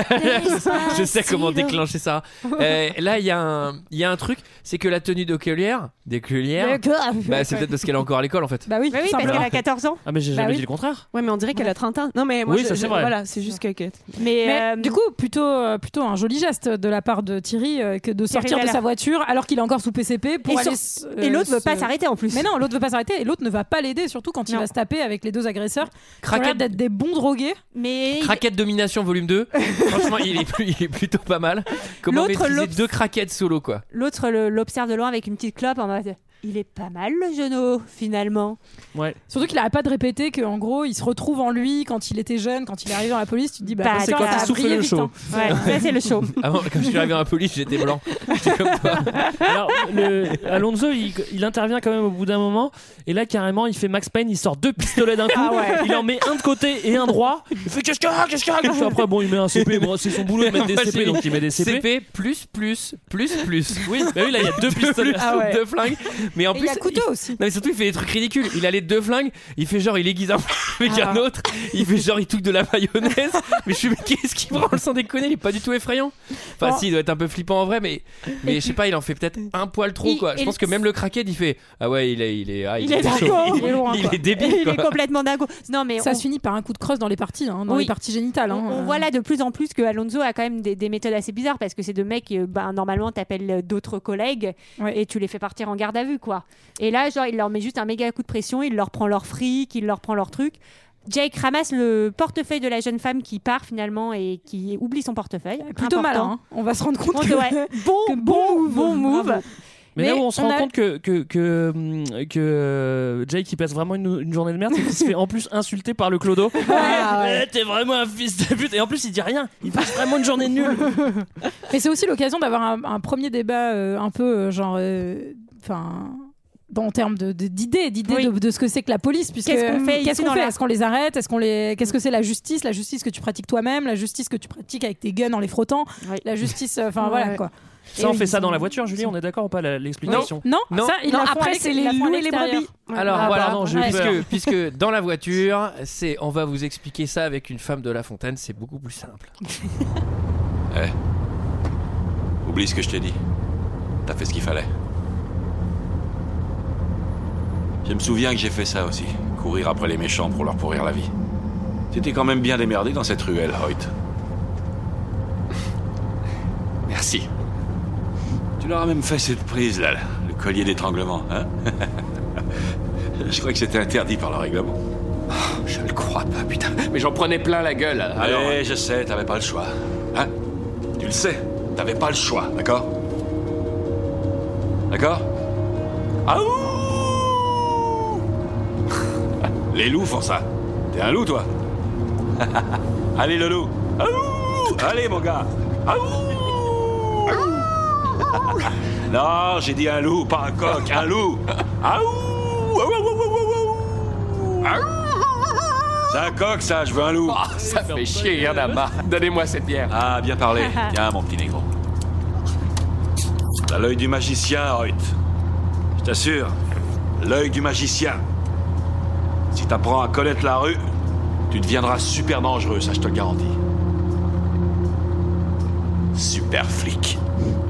je sais comment déclencher ça. Euh, là, il y, a un- il y a un truc, c'est que la tenue d'écolière, d'écolière, bah, c'est peut-être parce qu'elle est encore à l'école en fait. Bah oui, Bah oui, tout parce simplement. qu'elle a quatorze ans. Ah, mais j'ai Bah jamais oui. dit le contraire. Ouais, mais on dirait qu'elle a trente ans. Non, mais moi, Oui, je- ça, c'est je- vrai. Voilà, c'est juste que. que- Mais, Mais euh, du coup, plutôt, euh, plutôt un joli geste de la part de Thierry euh, que de sortir de Lala. sa voiture alors qu'il est encore sous P C P pour Et aller. sur- s- et euh, l'autre veut se- pas s'arrêter en plus. Mais non, l'autre veut pas s'arrêter et l'autre ne va pas l'aider, surtout quand il Non. va se taper avec les deux agresseurs. Qui ont l'air Craquette, d'être des bons drogués. Mais craquette domination volume deux. Franchement, il est, plus- il est plutôt pas mal. Comment L'autre, maîtriser l'obs- deux craquettes solo quoi. l'autre le- l'observe de loin avec une petite clope en mode. Il est pas mal le genou finalement. Ouais. Surtout qu'il arrête pas de répéter qu'en gros, il se retrouve en lui quand il était jeune, quand il est arrivé dans la police. Tu te dis, bah, Bah, putain, c'est quand ça il a souffle brillé le vite, show. hein. Ouais, ça c'est le show. Avant, quand je suis arrivé à la police, j'étais blanc. J'étais comme toi. Alors, le, Alonso, il, il intervient quand même au bout d'un moment. Et là, carrément, il fait Max Payne. Il sort deux pistolets d'un coup. Ah ouais. Il en met un de côté et un droit. Il fait qu'est-ce qu'il y a, qu'est-ce qu'il y a Puis après, bon, il met un C P. Bon, c'est son boulot de mettre des Moi, C P, j'ai donc il met des C P. C P plus plus plus plus. Oui, bah oui, là, il y a deux pistolets. Plus, Ah ouais. deux flingues. Mais en Et il plus, y a couteau aussi. Non mais surtout il fait des trucs ridicules. Il a les deux flingues, il fait genre il aiguise un avec Ah. un autre, il fait genre il touche de la mayonnaise. Mais je suis mais qu'est-ce qu'il branle sans déconner, il est pas du tout effrayant. Enfin Bon. si il doit être un peu flippant en vrai, mais mais je sais pas, il en fait peut-être un poil trop Il- quoi. Je il- pense que même le craquette il fait ah ouais il est il est ah, Il est chaud. dingo. Il, Il est loin, il quoi. est débile Il quoi. est complètement dingo. Non mais Ça on, se finit par un coup de crosse dans les parties, hein, dans Oui. les parties génitales. hein. on, on Euh, voit là de plus en plus que Alonso a quand même des, des méthodes assez bizarres parce que c'est deux mecs euh, ben, normalement t'appelles d'autres collègues Ouais. et tu les fais partir en garde à vue quoi. Et là genre il leur met juste un méga coup de pression, il leur prend leur fric, il leur prend leur truc. Jake ramasse le portefeuille de la jeune femme qui part finalement et qui oublie son portefeuille. Plutôt Important. malin. hein. On va se rendre compte Bon, que, ouais. Bon, que bon, move. bon move. Bravo. Mais, Mais là où on se on rend a- compte que, que, que, hum, que euh, Jake il passe vraiment une, une journée de merde, c'est qu'il se fait en plus insulter par le clodo. Ah ouais. Eh, t'es vraiment un fils de pute. Et en plus, il dit rien. Il passe vraiment une journée nulle. Mais c'est aussi l'occasion d'avoir un, un premier débat euh, un peu euh, genre, euh, enfin. en termes de, de- d'idées, d'idées Oui. de, de ce que c'est que la police, puisque Qu'est-ce qu'on fait qu'est-ce ici qu'on dans fait la- Est-ce qu'on les arrête Est-ce qu'on les Qu'est-ce que c'est la justice La justice que tu pratiques toi-même, la justice que tu pratiques avec tes guns en les frottant, Oui. la justice, enfin Ouais. voilà quoi. Ça, Et on oui, fait ils ça dans sont- la voiture, Julie, on est d'accord ou pas la- l'explication Non, Non. ça ils Non, la font à après, l'ex- c'est ils les la font à loups et les l'extérieur. brebis. Alors Ah, voilà, pardon, j'ai eu puisque, peur. puisque dans la voiture, c'est on va vous expliquer ça avec une femme de La Fontaine, c'est beaucoup plus simple. Eh. Oublie ce que je t'ai dit. T'as fait ce qu'il fallait. Je me souviens que j'ai fait ça aussi. Courir après les méchants pour leur pourrir la vie. T'étais quand même bien démerdé dans cette ruelle, Hoyt. Merci. Tu leur as même fait cette prise, là, le collier d'étranglement, hein? Je crois que c'était interdit par le règlement. Je le crois pas, putain. Mais j'en prenais plein la gueule. Alors, Eh, je sais, t'avais pas le choix. Hein? Tu le sais, t'avais pas le choix, d'accord? D'accord? Ah ouh! Les loups font ça. T'es un loup, toi? Allez, le loup! Ah ouh! Allez, mon gars! Ah ouh! Non, j'ai dit un loup, pas un coq, un loup! Ah ouh! C'est un coq, ça, je veux un loup. Oh, ça fait chier, y'en a marre. Donnez-moi cette bière. Ah, bien parlé. Tiens, mon petit négro. T'as l'œil du magicien, Hoyt. Je t'assure, l'œil du magicien. Si t'apprends à connaître la rue, tu deviendras super dangereux, ça je te le garantis. Super flic.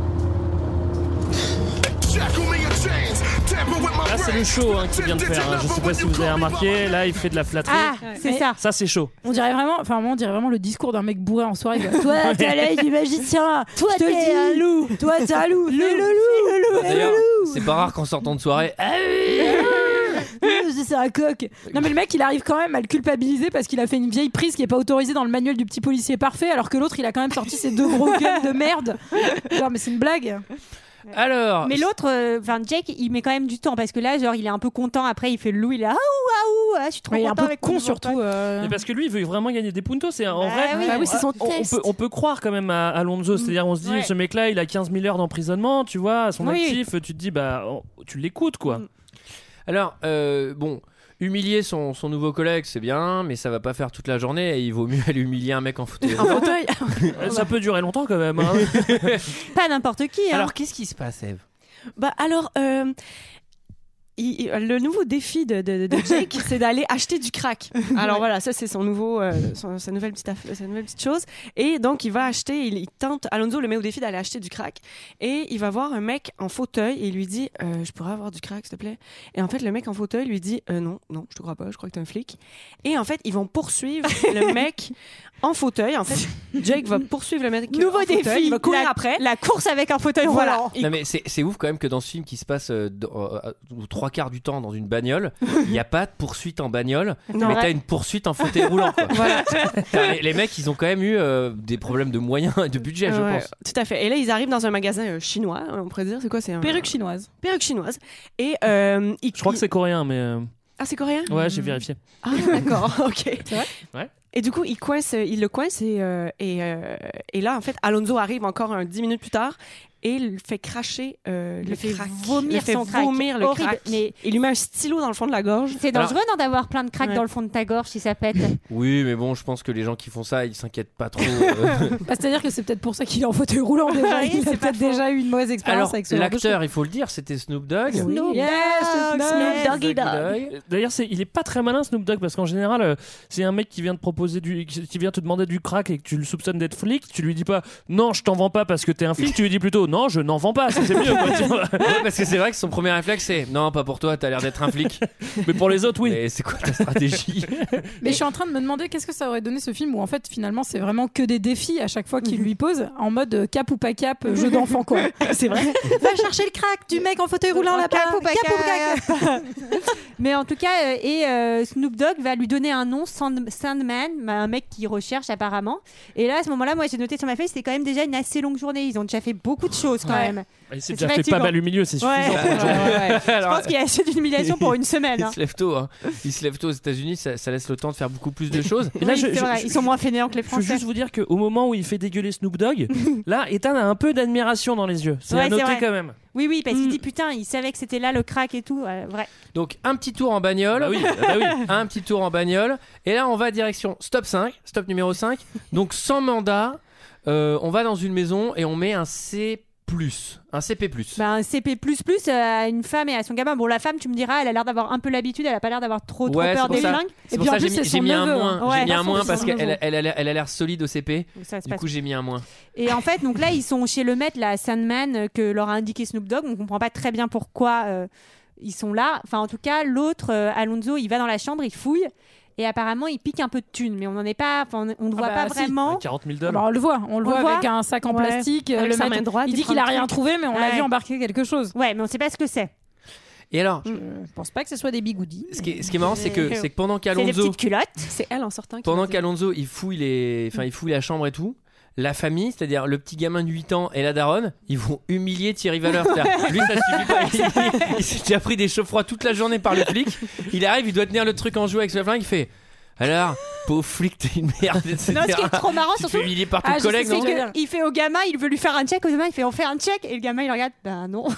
Là, c'est le show hein, qu'il vient de faire. Hein. Je sais pas si vous avez remarqué. Là, il fait de la flatterie. Ah, c'est Mais- ça. Ça, c'est chaud. On dirait vraiment, enfin moi on dirait vraiment le discours d'un mec bourré en soirée. Quoi. Toi t'as l'œil du magicien, toi t'es un loup, toi t'es un loup, fais le loup, le loup, fais D'ailleurs, le loup. c'est pas rare qu'en sortant de soirée. Ah oui, Euh, C'est un coq. Non mais le mec il arrive quand même à le culpabiliser parce qu'il a fait une vieille prise qui est pas autorisée dans le manuel du petit policier parfait alors que l'autre il a quand même sorti ses deux gros guns de merde. Non mais c'est une blague. alors. Mais l'autre, euh, enfin Jake, il met quand même du temps parce que là, genre, il est un peu content. Après, il fait le loup, il est ah ouh ah ouh, ah, je suis trop Ouais, il est un content peu avec con mon surtout. pote. euh. Mais parce que lui, il veut vraiment gagner des puntos. C'est en Bah vrai. oui. Bah oui, c'est son on, on test. peut, on peut croire quand même à Alonso. C'est-à-dire, on se dit, Ouais. ce mec-là, il a quinze mille heures d'emprisonnement. Tu vois, à son Oui. actif, tu te dis, bah, oh, tu l'écoutes, quoi. Alors, euh, bon, humilier son, son nouveau collègue, c'est bien, mais ça va pas faire toute la journée et il vaut mieux aller humilier un mec en fauteuil. Un fauteuil. Euh, Ça peut durer longtemps quand même. Hein. Pas n'importe qui. Hein. Alors, qu'est-ce qui se passe, Eve? Bah alors, euh, il- il- le nouveau défi de, de- de Jake, c'est d'aller acheter du crack. Alors voilà, ça c'est son nouveau, euh, son- sa nouvelle petite, aff- sa nouvelle petite chose. Et donc il va acheter, il, il tente, Alonso le met au défi d'aller acheter du crack. Et il va voir un mec en fauteuil et il lui dit, euh, je pourrais avoir du crack s'il te plaît. Et en fait le mec en fauteuil lui dit, euh, non, non, je te crois pas, je crois que t'es un flic. Et en fait ils vont poursuivre le mec en fauteuil. En fait, Jake va poursuivre le mec Nouveau en fauteuil, défi. il va courir la, après. La course avec un fauteuil Voilà. roulant. Non mais c'est, c'est ouf quand même que dans ce film qui se passe euh, dans- euh, euh, trois quarts du temps dans une bagnole, il n'y a pas de poursuite en bagnole, Non, mais ouais. t'as une poursuite en fauteuil roulant. Quoi. Voilà. Enfin, les, les mecs, ils ont quand même eu euh, des problèmes de moyens et de budget, je Ouais, pense. Tout à fait. Et là, ils arrivent dans un magasin euh, chinois, on pourrait dire. C'est quoi? C'est un... Perruque chinoise. Perruque chinoise. Et euh, ils- Je crois que c'est coréen, mais. euh, Ah, c'est coréen? Ouais, j'ai vérifié. Ah, d'accord. Ok. C'est vrai? Ouais. Et du coup, il coince, il le coince et, euh, et, euh, et là, en fait, Alonso arrive encore un dix minutes plus tard et il le fait cracher euh, le, Le fait crack. vomir le fait son crack. vomir le Horrible. crack. Mais Il lui met un stylo dans le fond de la gorge. c'est dangereux non, d'avoir plein de crack Ouais. dans le fond de ta gorge si ça pète. Oui, mais bon, je pense que les gens qui font ça, ils s'inquiètent pas trop. euh. Bah, c'est-à-dire que c'est peut-être pour ça qu'il est en fauteuil roulant déjà. Oui, Il a c'est pas peut-être faux. déjà eu une mauvaise expérience Alors, avec ce genre de l'acteur, il faut le dire, c'était Snoop Dogg. choses. Snoop Yes, Dogg, Snoop Snoop Dogg. Doggy Dogg. Dogg. D'ailleurs, c'est, il est pas très malin Snoop Dogg parce qu'en général, euh, c'est un mec qui vient te proposer du, qui vient te demander du crack et que tu le soupçonnes d'être flic. Tu lui dis pas non, je t'en vends pas parce que t'es un flic. Tu lui dis plutôt non, je n'en vends pas. Ça, c'est mieux. Quoi, tu vois. Ouais, parce que c'est vrai que son premier réflexe, c'est non, pas pour toi, t'as l'air d'être un flic. Mais pour les autres, oui. Mais c'est quoi ta stratégie? Mais je suis en train de me demander qu'est-ce que ça aurait donné ce film où en fait finalement c'est vraiment que des défis à chaque fois qu'il lui pose en mode euh, cap ou pas cap, euh, jeu d'enfant quoi. C'est vrai. Va chercher le crack du mec en fauteuil roulant là-bas. Cap ou pas Cap ou pas cap. Mais en tout cas, euh, et euh, Snoop Dogg va lui donner un nom, Sand- Sandman, bah, un mec qui recherche apparemment. Et là, à ce moment-là, moi j'ai noté sur ma feuille, c'était quand même déjà une assez longue journée. Ils ont déjà fait beaucoup de choses quand Ouais. même. Il s'est C'est déjà fait fatigant. pas mal au milieu, c'est Ouais. suffisant. pour le genre. Je pense qu'il y a assez d'humiliation pour une semaine. Il hein. se lève tôt, hein. Il se lève tôt aux États-Unis, ça, ça laisse le temps de faire beaucoup plus de choses. Et là, Oui, je- c'est je- vrai, je- ils sont moins fainéants que les Je veux Français. juste vous dire qu'au moment où il fait dégueuler Snoop Dogg, là, Ethan a un peu d'admiration dans les yeux. C'est Ouais, à c'est noter vrai. quand même. Oui, oui, parce qu'il Mm. dit putain, il savait que c'était là le crack et tout. Ouais, vrai. Donc, un petit tour en bagnole. Bah oui, bah oui. Un petit tour en bagnole. Et là, on va direction stop cinq, stop numéro cinq. Donc, sans mandat, euh, on va dans une maison et on met un C plus, un C P plus. Bah, un C P plus plus à une femme et à son gamin. Bon, la femme, tu me diras, elle a l'air d'avoir un peu l'habitude, elle a pas l'air d'avoir trop, trop Ouais, c'est peur pour des ça. flingues. C'est Et pour puis, ça en que j'ai plus, mis, c'est j'ai son mis un neveu, moins. hein. Ouais, J'ai mis un son moins parce neveu. qu'elle elle a l'air elle a l'air solide au C P. Donc ça se Du passe. coup, j'ai mis un moins. Et en fait, donc là, ils sont chez le maître, la Sandman, euh, que leur a indiqué Snoop Dogg. On comprend pas très bien pourquoi euh, ils sont là. Enfin, en tout cas, l'autre, euh, Alonso, il va dans la chambre, il fouille. Et apparemment, il pique un peu de thunes. Mais on n'en est pas. Enfin, on ne voit bah, pas si. vraiment. quarante mille Alors, dollars. on le voit, on le On voit le voit. avec un sac en Ouais. plastique. euh, Avec le sa maître, main droite, il il dit prend qu'il a le rien truc. trouvé, mais on l'a Ouais. vu embarquer quelque chose. Ouais, mais on sait pas ce que c'est. Et alors, Je pense pas que ce soit des bigoudis. ce qui est, ce qui est marrant, c'est que, c'est que pendant C'est des qu'Alonso, petites culottes. C'est elle en sortant. qui pendant m'a dit. qu'Alonso, il fouille les, enfin, il fouille la chambre et tout. la famille, c'est-à-dire le petit gamin de huit ans et la daronne, ils vont humilier Thierry Valeur. Lui, ça suffit pas. Il, il s'est déjà pris des chauds froids toute la journée par le flic. Il arrive, il doit tenir le truc en joue avec ce flingue. Il fait alors, pauvre flic, t'es une merde, et cetera. Non, ce qui est trop marrant, tu surtout. te fais humilier par ton Ah, je collègue, sais, non c'est que il fait au gamin, il veut lui faire un check. Au gamin, il fait on fait un check. Et le gamin, il regarde. Bah non.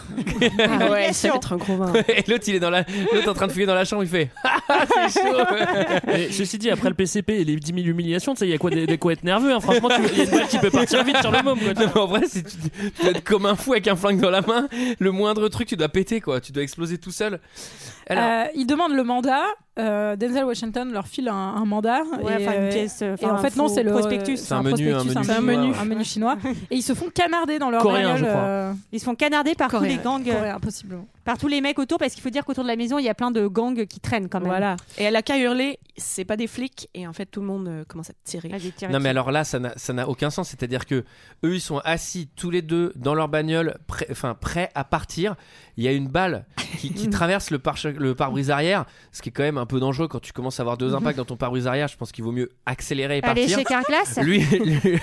Ah ouais, ça va être un gros vin. Et l'autre, il est dans la, l'autre en train de fouiller dans la chambre. Il fait ah, c'est chaud. Et ceci dit, après le P C P et les dix mille humiliations, tu sais, il y a quoi, des, des quoi être nerveux. Hein. Franchement, il y a une balle qui peut partir vite sur le môme. Quoi. Non, mais en vrai, c'est, tu, tu dois être comme un fou avec un flingue dans la main. Le moindre truc, tu dois péter, quoi. Tu dois exploser tout seul. Alors, Euh, ils demandent le mandat. Euh, Denzel Washington leur file un, un mandat. Ouais, et, enfin, une euh, pièce, et enfin, en fait, non, faux c'est le prospectus. c'est C'est un menu, un prospectus, menu un menu, chinois, un menu chinois. Et ils se font canarder dans leur Coréen, bagnole, je crois. euh, Ils se font canarder par Coréen. tous les gangs, coréen, possiblement. par tous les mecs autour, parce qu'il faut dire qu'autour de la maison, il y a plein de gangs qui traînent quand même. Voilà. Et elle a qu'à hurler, c'est pas des flics, et en fait tout le monde euh, commence à tirer. Ah, j'ai tiré non, mais dessus. alors là, ça n'a, ça n'a aucun sens. C'est-à-dire que eux, ils sont assis tous les deux dans leur bagnole, prêt, enfin prêts à partir. Il y a une balle qui, qui traverse le, pare- le pare-brise arrière, ce qui est quand même un peu dangereux quand tu commences à avoir deux impacts dans ton pare-brise arrière. Je pense qu'il vaut mieux accélérer et Allez, partir. chez Carglass. Lui, lui-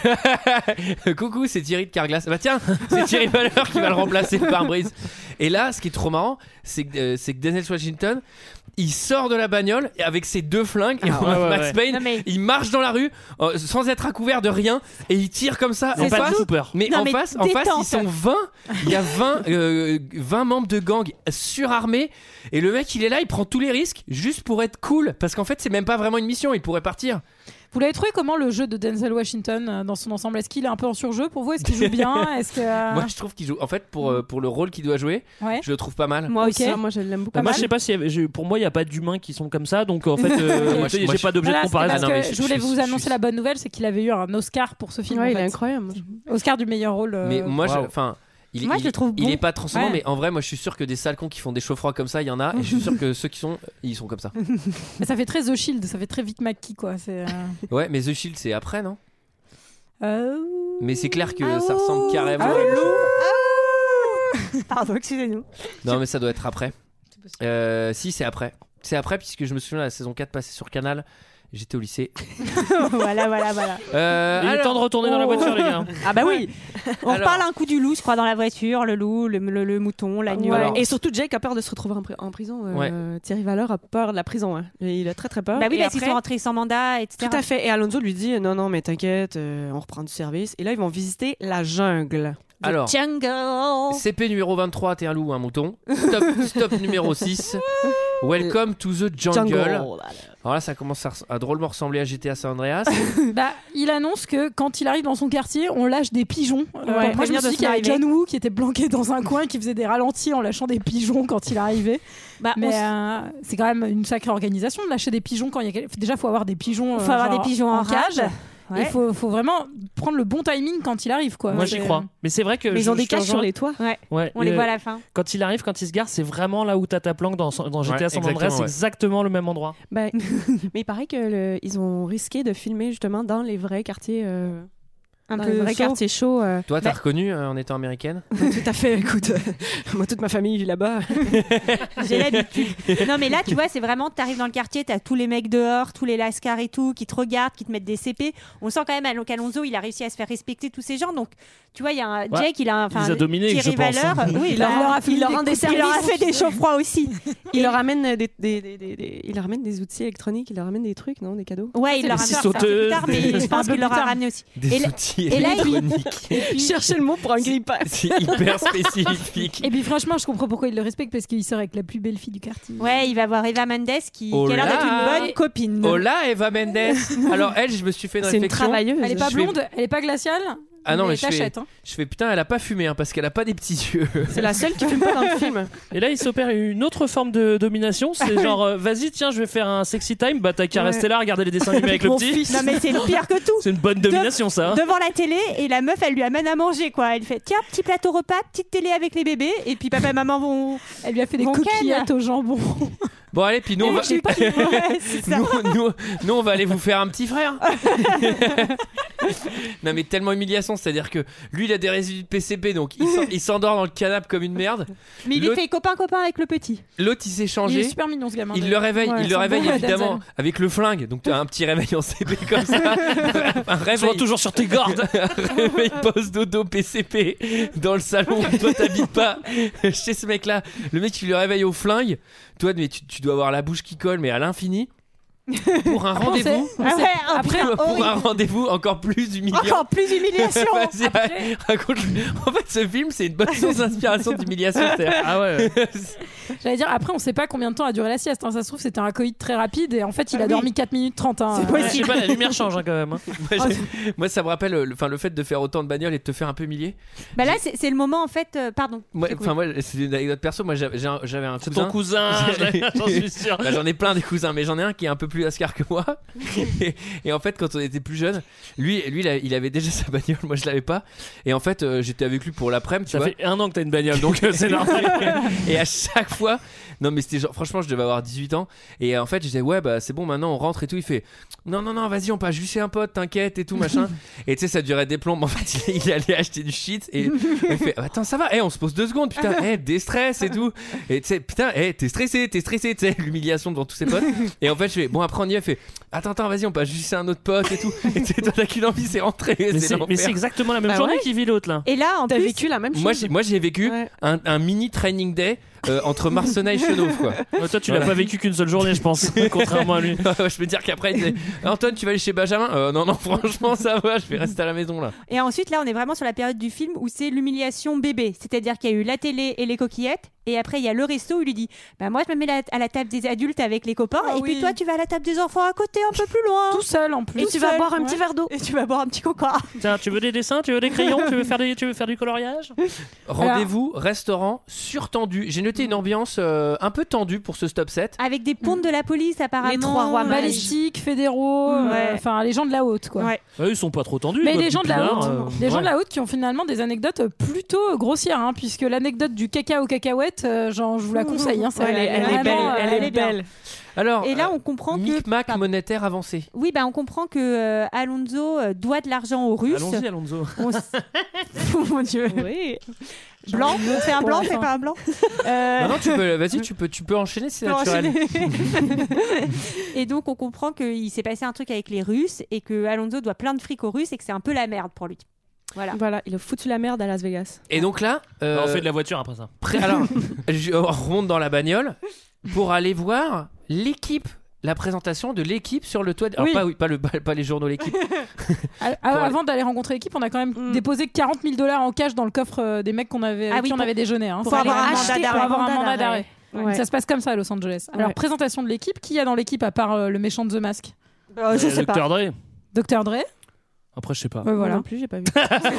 coucou, c'est Thierry de Carglass. Bah tiens, c'est Thierry Valeur qui va le remplacer le pare-brise. Et là, ce qui est trop marrant, c'est que, euh, c'est que Denzel Washington, il sort de la bagnole avec ses deux flingues et Ah, on a ouais, ouais, Max ouais. Payne, Non, mais- il marche dans la rue euh, sans être à couvert de rien et il tire comme ça. Ils ont En pas face, du tout peur. mais Non, en mais face, en face, détente. ils sont vingt. Il y a vingt, euh, vingt membres de gang surarmés et le mec, il est là, il prend tous les risques juste pour être cool parce qu'en fait, c'est même pas vraiment une mission. Il pourrait partir. Vous l'avez trouvé comment le jeu de Denzel Washington euh, dans son ensemble? Est-ce qu'il est un peu en surjeu pour vous? Est-ce qu'il joue bien? Est-ce que euh, Moi, je trouve qu'il joue. En fait, pour euh, pour le rôle qu'il doit jouer, ouais. je le trouve pas mal. Moi Ok. aussi, hein, moi je l'aime beaucoup. Pas Moi, mal. je sais pas si y avait- je- pour moi, il y a pas d'humains qui sont comme ça, donc en fait, euh, Moi, tu sais, je- moi, j'ai je- pas d'objet Voilà, de c'était comparaison. parce Ah non, mais que je- je voulais je- vous je- annoncer je- la bonne nouvelle, c'est qu'il avait eu un Oscar pour ce film. Ouais, en il est fait. incroyable. Oscar du meilleur rôle. euh, Mais moi, je- waouh. enfin. Il, Moi, il- je le trouve il bon. est pas transcendant, Ouais. mais en vrai, moi, je suis sûr que des sales cons qui font des chauds froids comme ça, il y en a, et je suis sûr que ceux qui sont, ils sont comme ça. Mais ça fait très The Shield, ça fait très Vic Mackey quoi. C'est. euh, Ouais, mais The Shield, c'est après, non? euh, Mais c'est clair que Ah ça ressemble ouh. carrément. Ah Ah Pardon, excusez-nous. Non, mais ça doit être après. Euh, si, c'est après. C'est après, puisque je me souviens, la saison quatre passée sur Canal. J'étais au lycée. voilà, voilà, voilà. Euh, Il est alors- temps de retourner dans la voiture, les gars. Ah bah oui. On Alors- reparle un coup du loup, je crois, dans la voiture. Le loup, le, le- le mouton, l'agneau. Ouais. Alors- Et surtout, Jake a peur de se retrouver en, pri- en prison. Euh, Thierry Valeur a peur de la prison. Hein. Et il a très très peur. Bah oui, Et parce qu'ils après- sont rentrés sans mandat, et cetera. Tout à fait. Et Alonso lui dit non, non, mais t'inquiète, euh, on reprend du service. Et là, ils vont visiter la jungle. Alors, Jungle. C P numéro vingt-trois, t'es un loup ou un mouton. Stop, stop numéro six. Welcome to the jungle. Alors là, ça commence à, res- à drôlement ressembler à G T A San Andreas. Bah, il annonce que quand il arrive dans son quartier, on lâche des pigeons. Euh, Ouais, moi, je me prévenir suis de dit qu'il y avait son John Woo qui était planqué dans un coin, qui faisait des ralentis en lâchant des pigeons quand il arrivait. Bah, Mais on s- euh, c'est quand même une sacrée organisation de lâcher des pigeons quand il y a. quel- Déjà, faut avoir des pigeons. euh, faut avoir genre des pigeons en cage. rage. Et il faut, faut vraiment prendre le bon timing quand il arrive, quoi. Moi, C'est- j'y crois. Mais c'est vrai que. Mais ils je- ont des je te caches sur rejoins. les toits. Ouais, Ouais, on les euh, voit à la fin. Quand il arrive, quand il se gare, c'est vraiment là où t'as ta planque dans, dans G T A Ouais, San Andreas, exactement, c'est ouais. exactement le même endroit. Ben, mais il paraît que le- ils ont risqué de filmer justement dans les vrais quartiers. Euh, Un dans peu les vrais chaud. quartiers chauds. euh. Toi, t'as Bah, reconnu euh, en étant américaine? tout à fait. Écoute, euh, moi toute ma famille vit là-bas. J'ai l'habitude. Non, mais là, tu vois, c'est vraiment, t'arrives dans le quartier, t'as tous les mecs dehors, tous les lascars et tout, qui te regardent, qui te mettent des C P. On sent quand même qu'Alonso, il a réussi à se faire respecter tous ces gens. Donc, tu vois, il y a un Jake, il a un. Il les a dominés, Thierry je pense. Valeur. Oui, Il bah, leur a- il il leur a rend des il leur a services. fait des chauds froids aussi. Il leur ramène des, des, des, des, des- il leur ramène des outils électroniques, il leur ramène des trucs, non, des cadeaux. Ouais, il Des leur a scies ramené ça plus sauteuses, tard, mais des- je pense qu'il leur a ramené aussi. Des Et là- outils et là, il- électroniques. Cherchez le mot pour un grille-pain. C'est hyper spécifique. Et puis franchement, je comprends pourquoi il le respecte, parce qu'il sort avec la plus belle fille du quartier. Ouais, il va voir Eva Mendes qui, Oh qui a l'air d'être là. une bonne copine. Hola, Eva Mendes. Alors, elle, je me suis fait une C'est une réflexion. travailleuse. Elle est pas Je vais- blonde, elle est pas glaciale. Ah non, mais mais je fais, t'achètes, hein. je fais putain, elle a pas fumé hein, parce qu'elle a pas des petits yeux. C'est la seule qui filme pas dans le film. Et là, il s'opère une autre forme de domination. C'est genre, euh, vas-y, tiens, je vais faire un sexy time. Bah, t'as qu'à Ouais. rester là, regarder les dessins animés avec le Mon petit. fils. Non, mais c'est le pire que tout. C'est une bonne domination, ça. hein. Devant la télé, et la meuf, elle lui amène à manger, quoi. Elle fait, tiens, petit plateau repas, petite télé avec les bébés, et puis papa et maman vont. Elle lui a fait des Bon, coquillettes Ken. au jambon. Bon allez, puis nous on va j'ai pas ouais, c'est ça. nous, nous, nous, on va aller vous faire un petit frère. Non mais tellement humiliation, c'est-à-dire que lui il a des résidus de P C P, donc il, s'en- il s'endort dans le canapé comme une merde. Mais il est L'autre- fait copain-copain avec le petit. L'autre il s'est Il changé. est super mignon ce gamin. Il le d'ailleurs. réveille, Ouais, il c'est le un réveille bon évidemment Denzel. avec le flingue. Donc tu as un petit réveil en C P comme ça. Un réveil. Sois toujours sur tes gardes. Un réveil post-dodo P C P dans le salon où toi t'habites pas chez ce mec là. Le mec il le réveille au flingue. Toi mais tu, tu dois avoir la bouche qui colle mais à l'infini. Pour un rendez-vous. On sait- Ah ouais, un Après, putain, Pour horrible. un rendez-vous encore plus humiliant. Encore plus d'humiliation. Vas-y, Après- raconte. En fait, ce film, c'est une bonne source d'inspiration d'humiliation. c'est- Ah ouais. J'allais dire, après, on sait pas combien de temps a duré la sieste. hein. Ça se trouve, c'était un coït très rapide et en fait, il a Ah oui. dormi quatre minutes trente. Hein. C'est Euh, Je sais pas, la lumière change hein, quand même. hein. Moi, j'ai- moi, ça me rappelle le, enfin, le fait de faire autant de bagnoles et de te faire un peu humilier. Bah là, c'est c'est le moment en fait. euh, pardon. Moi, je t'écoute. enfin, moi, c'est une anecdote perso. Moi, j'avais j'ai un, j'avais un C'est cousin. ton cousin, j'en suis sûr. Bah, j'en ai plein des cousins, mais j'en ai un qui est un peu plus ascar que moi. et, et en fait, quand on était plus jeune, lui, lui, il a- il avait déjà sa bagnole. Moi, je l'avais pas. Et en fait, euh, j'étais avec lui pour l'après-midi. Tu Ça vois. fait un an que t'as une bagnole, donc euh, c'est normal. Et à chaque fois, non mais c'était genre, franchement, je devais avoir dix-huit ans. Et en fait, je disais, ouais, bah c'est bon, maintenant on rentre et tout. Il fait, non, non, non, vas-y, on passe juste chez un pote, t'inquiète et tout, machin. Et tu sais, ça durait des plombs. En fait, il, il allait acheter du shit. Et il fait, attends, ça va, eh, on se pose deux secondes, putain, eh, déstress et tout. Et tu sais, putain, eh, t'es stressé, t'es stressé, tu sais, l'humiliation devant tous ses potes. Et en fait, je fais, bon, après on y va, il fait, attends, attends, vas-y, on passe juste chez un autre pote et tout. Et tu sais, toi, t'as qu'une envie, c'est rentrer. Mais C'est c'est, l'enfer. mais c'est exactement la même Bah journée ouais. qui vit l'autre là. Et là, en T'as plus, vécu la même chose. Moi, j'ai, moi, j'ai vécu Ouais. un, un mini training day euh, entre Marcena et Chenauve, quoi. Ouais, toi, tu Voilà. l'as pas vécu qu'une seule journée, je pense, contrairement à lui. Je peux dire qu'après il disait Antoine tu vas aller chez Benjamin euh, non non franchement ça va je vais rester à la maison là. et ensuite là, on est vraiment sur la période du film où c'est l'humiliation bébé, c'est-à-dire qu'il y a eu la télé et les coquillettes. Et après, il y a le resto où il lui dit bah, moi, je me mets la- à la table des adultes avec les copains. Ah et puis oui. toi, tu vas à la table des enfants à côté, un peu plus loin. Tout seul en plus. Et tu vas seul, boire un ouais. petit verre d'eau. Et tu vas boire un petit coca. Tiens, tu veux des dessins, tu veux des crayons, tu veux faire, des, tu veux faire du coloriage. Rendez-vous restaurant surtendu. J'ai noté une ambiance euh, un peu tendue pour ce stop set. Avec des pontes de la police, apparemment. Les trois rois mages. Balistique, fédéraux, euh, Ouais. enfin les gens de la haute quoi. Ouais. Ouais, ils sont pas trop tendus. Mais quoi, les gens de la depuis haute, là, euh, les gens ouais. de la haute qui ont finalement des anecdotes plutôt grossières, hein, puisque l'anecdote du caca aux cacahuètes, euh, genre, je vous la conseille. Hein, ça- Ouais, elle, est- elle est belle. vraiment, Elle, euh, est bien. belle. Alors Et là, euh, on comprend que. micmac Pardon. monétaire avancé. Oui, bah, on comprend que euh, Alonso euh, doit de l'argent aux Russes. Allons-y, Alonso. On s- Oh mon dieu. Oui. Blanc, on fait un blanc, Ouais, c'est enfin. pas un blanc. Euh, Non non tu peux vas-y tu peux tu peux enchaîner c'est peux naturel. enchaîner. Et donc, on comprend qu'il s'est passé un truc avec les Russes et que Alonso doit plein de fric aux Russes et que c'est un peu la merde pour lui. Voilà. Voilà, il a foutu la merde à Las Vegas. Et donc là euh, On fait de la voiture après ça. pré- alors je on remonte dans la bagnole pour aller voir l'équipe. La présentation de l'équipe sur le toit. Alors Oui. pas, oui, pas, le, pas, pas les journaux l'équipe. Ah, ah, Pour aller- avant d'aller rencontrer l'équipe, on a quand même Mm. déposé quarante mille dollars en cash dans le coffre euh, des mecs qu'on avait, Ah avec oui, qui on pour- avait déjeuné. Hein. pour C'est avoir un vraiment- mandat pour d'arrêt. avoir un Mandat mandat d'arrêt. d'arrêt. Ouais. Ça se passe comme ça à Los Angeles. Alors, Ouais. présentation de l'équipe. Qui y a dans l'équipe à part euh, le méchant de The Mask Euh, je Euh, sais pas. Docteur Dre. docteur Dre. Après, je sais pas. Ouais, Moi voilà. non plus, j'ai pas vu.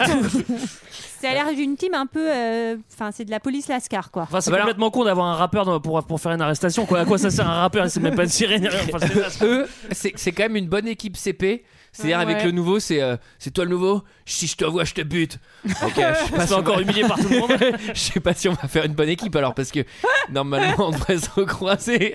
Ça a l'air d'une team un peu. Enfin, c'est de la police Lascar, quoi. Enfin, c'est Ah bah alors- complètement con d'avoir un rappeur dans- pour, pour faire une arrestation. Quoi. À quoi ça sert un rappeur? Il sait même pas tirer ni rien. Enfin, c'est- Eux, c'est c'est quand même une bonne équipe C P. C'est-à-dire Ouais. avec le nouveau, c'est euh, c'est toi le nouveau. Si je te vois, je te bute. Ok, je sais pas pas si on encore va- humilié par tout le monde. Je sais pas si on va faire une bonne équipe alors parce que normalement on devrait se recroiser.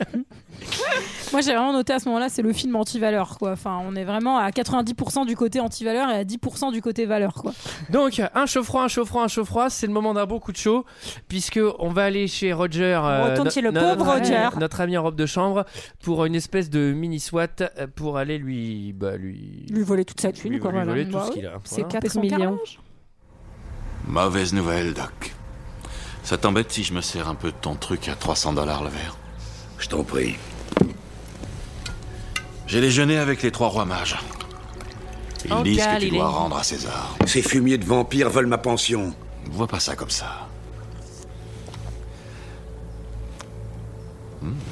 Moi, j'ai vraiment noté à ce moment-là, c'est le film anti-valeur, quoi. Enfin, on est vraiment à quatre-vingt-dix pour cent du côté anti-valeur et à dix pour cent du côté valeur, quoi. Donc un chaud froid, un chaud froid, un chaud froid, c'est le moment d'un bon coup de chaud puisque on va aller chez Roger. On retourne no- chez le no- pauvre notre- Roger. notre ami en robe de chambre, pour une espèce de mini SWAT euh, pour aller lui, bah lui, Lui voler toute sa thune, lui, quoi. lui voilà. voler tout Bah ce oui. qu'il a. C'est Voilà. quatre son millions. carrelage. Mauvaise nouvelle, Doc. Ça t'embête si je me sers un peu de ton truc à trois cents dollars le verre? Je t'en prie. J'ai déjeuné avec les trois rois mages. Ils En disent que tu Galilée. dois rendre à César. Ces fumiers de vampires veulent ma pension. Vois pas ça comme ça. Hmm.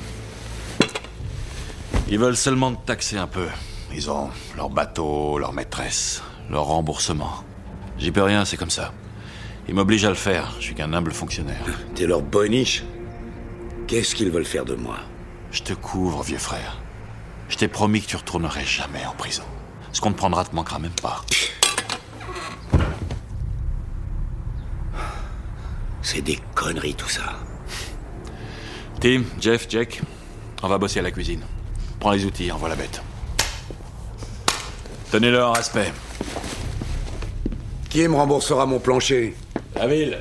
Ils veulent seulement te taxer un peu. Ils ont leur bateau, leur maîtresse, leur remboursement. J'y peux rien, c'est comme ça. Ils m'obligent à le faire. Je suis qu'un humble fonctionnaire. T'es leur boniche. Qu'est-ce qu'ils veulent faire de moi? Je te couvre, vieux frère. Je t'ai promis que tu retournerais jamais en prison. Ce qu'on te prendra te manquera même pas. C'est des conneries tout ça. Tim, Jeff, Jack, On va bosser à la cuisine. Prends les outils, envoie la bête. Tenez-leur respect. Qui me remboursera mon plancher? La ville.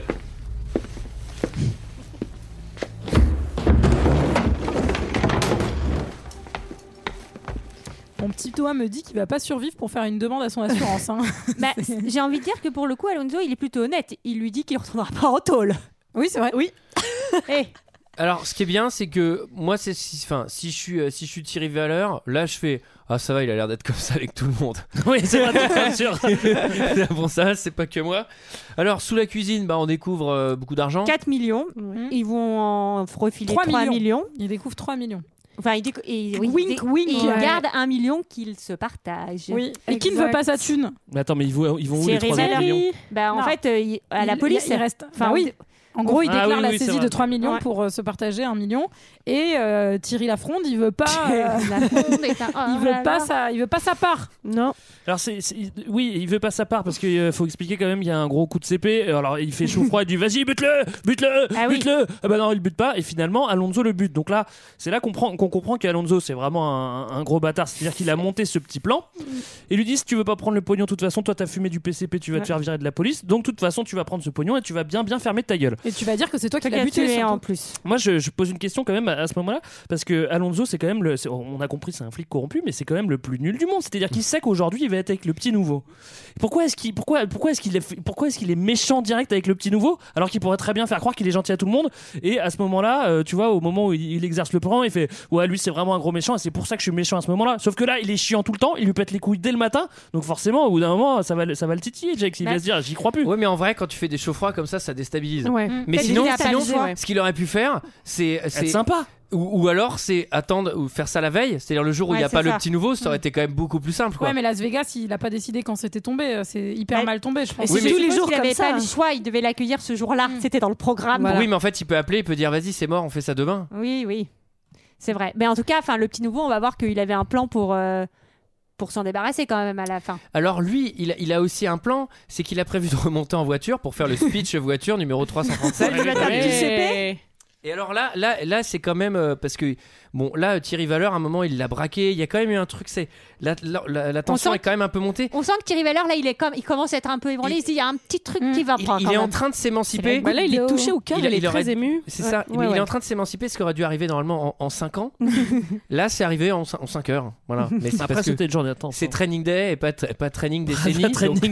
Mon petit doigt me dit qu'il va pas survivre pour faire une demande à son assurance. Hein. Bah, j'ai envie de dire que pour le coup, Alonso, il est plutôt honnête. Il lui dit qu'il ne retournera pas en tôle. Oui, c'est vrai. Oui. Hey. Alors, ce qui est bien, c'est que moi, c'est si, enfin, si je suis, euh, si je suis Thierry Valeur, là, je fais ah ça va, il a l'air d'être comme ça avec tout le monde. Oui, c'est vrai, bien sûr. Bon, ça, c'est pas que moi. Alors, sous la cuisine, bah, on découvre euh, beaucoup d'argent. quatre millions. Mmh. Ils vont en refiler trois millions. millions. Ils découvrent trois millions. Enfin, il, déco- et, oui, wink, il, dé- wink, et il ouais. garde un million qu'il se partage. Oui. Et qui ne Exact. veut pas sa thune? Mais attends, mais ils vont, ils vont où C'est les trois Révélé. millions? Bah, en Non. fait, euh, il- à la Il- police, il reste. Enfin, Enfin, oui. En gros, il Ah déclare oui, la oui, c'est saisie vrai. de trois millions Ouais. pour euh, se partager un million. Et euh, Thierry Lafronde, il veut pas, euh, La fronde est un- oh il veut là pas là. sa, il veut pas sa part. Non. Alors c'est, c'est- oui, il veut pas sa part parce qu'il euh, faut expliquer quand même qu'il y a un gros coup de C P. Alors il fait chaud froid, il dit vas-y bute-le, bute-le, Ah oui. bute-le. Ah bah non, il bute pas et finalement Alonso le bute. Donc là, c'est là qu'on, prend, qu'on comprend qu'Alonso c'est vraiment un, un gros bâtard, c'est-à-dire qu'il a monté ce petit plan et lui dit si tu veux pas prendre le pognon, de toute façon toi t'as fumé du P C P, tu vas Ouais. te faire virer de la police. Donc de toute façon tu vas prendre ce pognon et tu vas bien bien fermer ta gueule. Et tu vas dire que c'est toi qui Toi l'as qui as buté tué surtout. en plus. Moi, je, je pose une question quand même à, à ce moment-là, parce que Alonso, c'est quand même le. c'est- on a compris, c'est un flic corrompu, mais c'est quand même le plus nul du monde. C'est-à-dire qu'il sait qu'aujourd'hui, il va être avec le petit nouveau. Pourquoi est-ce qu'il, pourquoi, pourquoi est-ce qu'il est, pourquoi est-ce qu'il est méchant direct avec le petit nouveau, alors qu'il pourrait très bien faire croire qu'il est gentil à tout le monde. Et à ce moment-là, euh, tu vois, au moment où il, il exerce le plan, il fait ouais, lui, c'est vraiment un gros méchant, et c'est pour ça que je suis méchant à ce moment-là. Sauf que là, il est chiant tout le temps, il lui pète les couilles dès le matin, donc forcément, au bout d'un moment, ça va, le- ça va le titiller, Jake. Il Bah. va se dire, j'y crois plus. Ouais, mais en vrai, quand tu fais des chauds froids comme ça, ça déstabilise. Ouais. Mais Peut-être sinon, qu'il a pas sinon le choix. ce qu'il aurait pu faire, c'est, c'est C'est sympa. ou, ou alors c'est attendre ou faire ça la veille, c'est-à-dire le jour où il Ouais, n'y a c'est pas le ça. petit nouveau, ça aurait été quand même beaucoup plus simple, quoi. Ouais, mais Las Vegas, il a pas décidé quand c'était tombé. C'est hyper Ouais. mal tombé, je pense. Et Oui, c'est mais- tous les Je suppose jours qu'il comme avait ça. pas le choix, il devait l'accueillir ce jour-là. Mm. C'était dans le programme. Voilà. Oui, mais en fait, il peut appeler, il peut dire vas-y, c'est mort, on fait ça demain. Oui, oui. C'est vrai. Mais en tout cas, enfin, le petit nouveau, on va voir qu'il avait un plan pour, euh, pour s'en débarrasser quand même à la fin. Alors lui, il a, il a aussi un plan, c'est qu'il a prévu de remonter en voiture pour faire le speech voiture numéro trois cent trente-sept. Ça lui va faire un petit C P. Et alors là, là, là, c'est quand même euh, parce que bon, là, Thierry Valeur, à un moment, il l'a braqué. Il y a quand même eu un truc, c'est la, la, la, la tension sent est quand même un peu montée. On sent que Thierry Valeur, là, il, est comme, il commence à être un peu ébranlé. Il- Il se dit, il y a un petit truc Mm. qui va Il, pas. il quand est même. en train de s'émanciper. Bah là, il est touché au cœur, Il il, a- est il aurait- très ému. C'est Ouais. ça. Ouais, mais il ouais. est en train de s'émanciper, ce qui aurait dû arriver normalement en, cinq ans. Là, c'est arrivé en cinq heures. Voilà. Mais c'est Après, parce que c'était une journée d'attente. c'est training day et pas, tra- pas training décennie. Pas training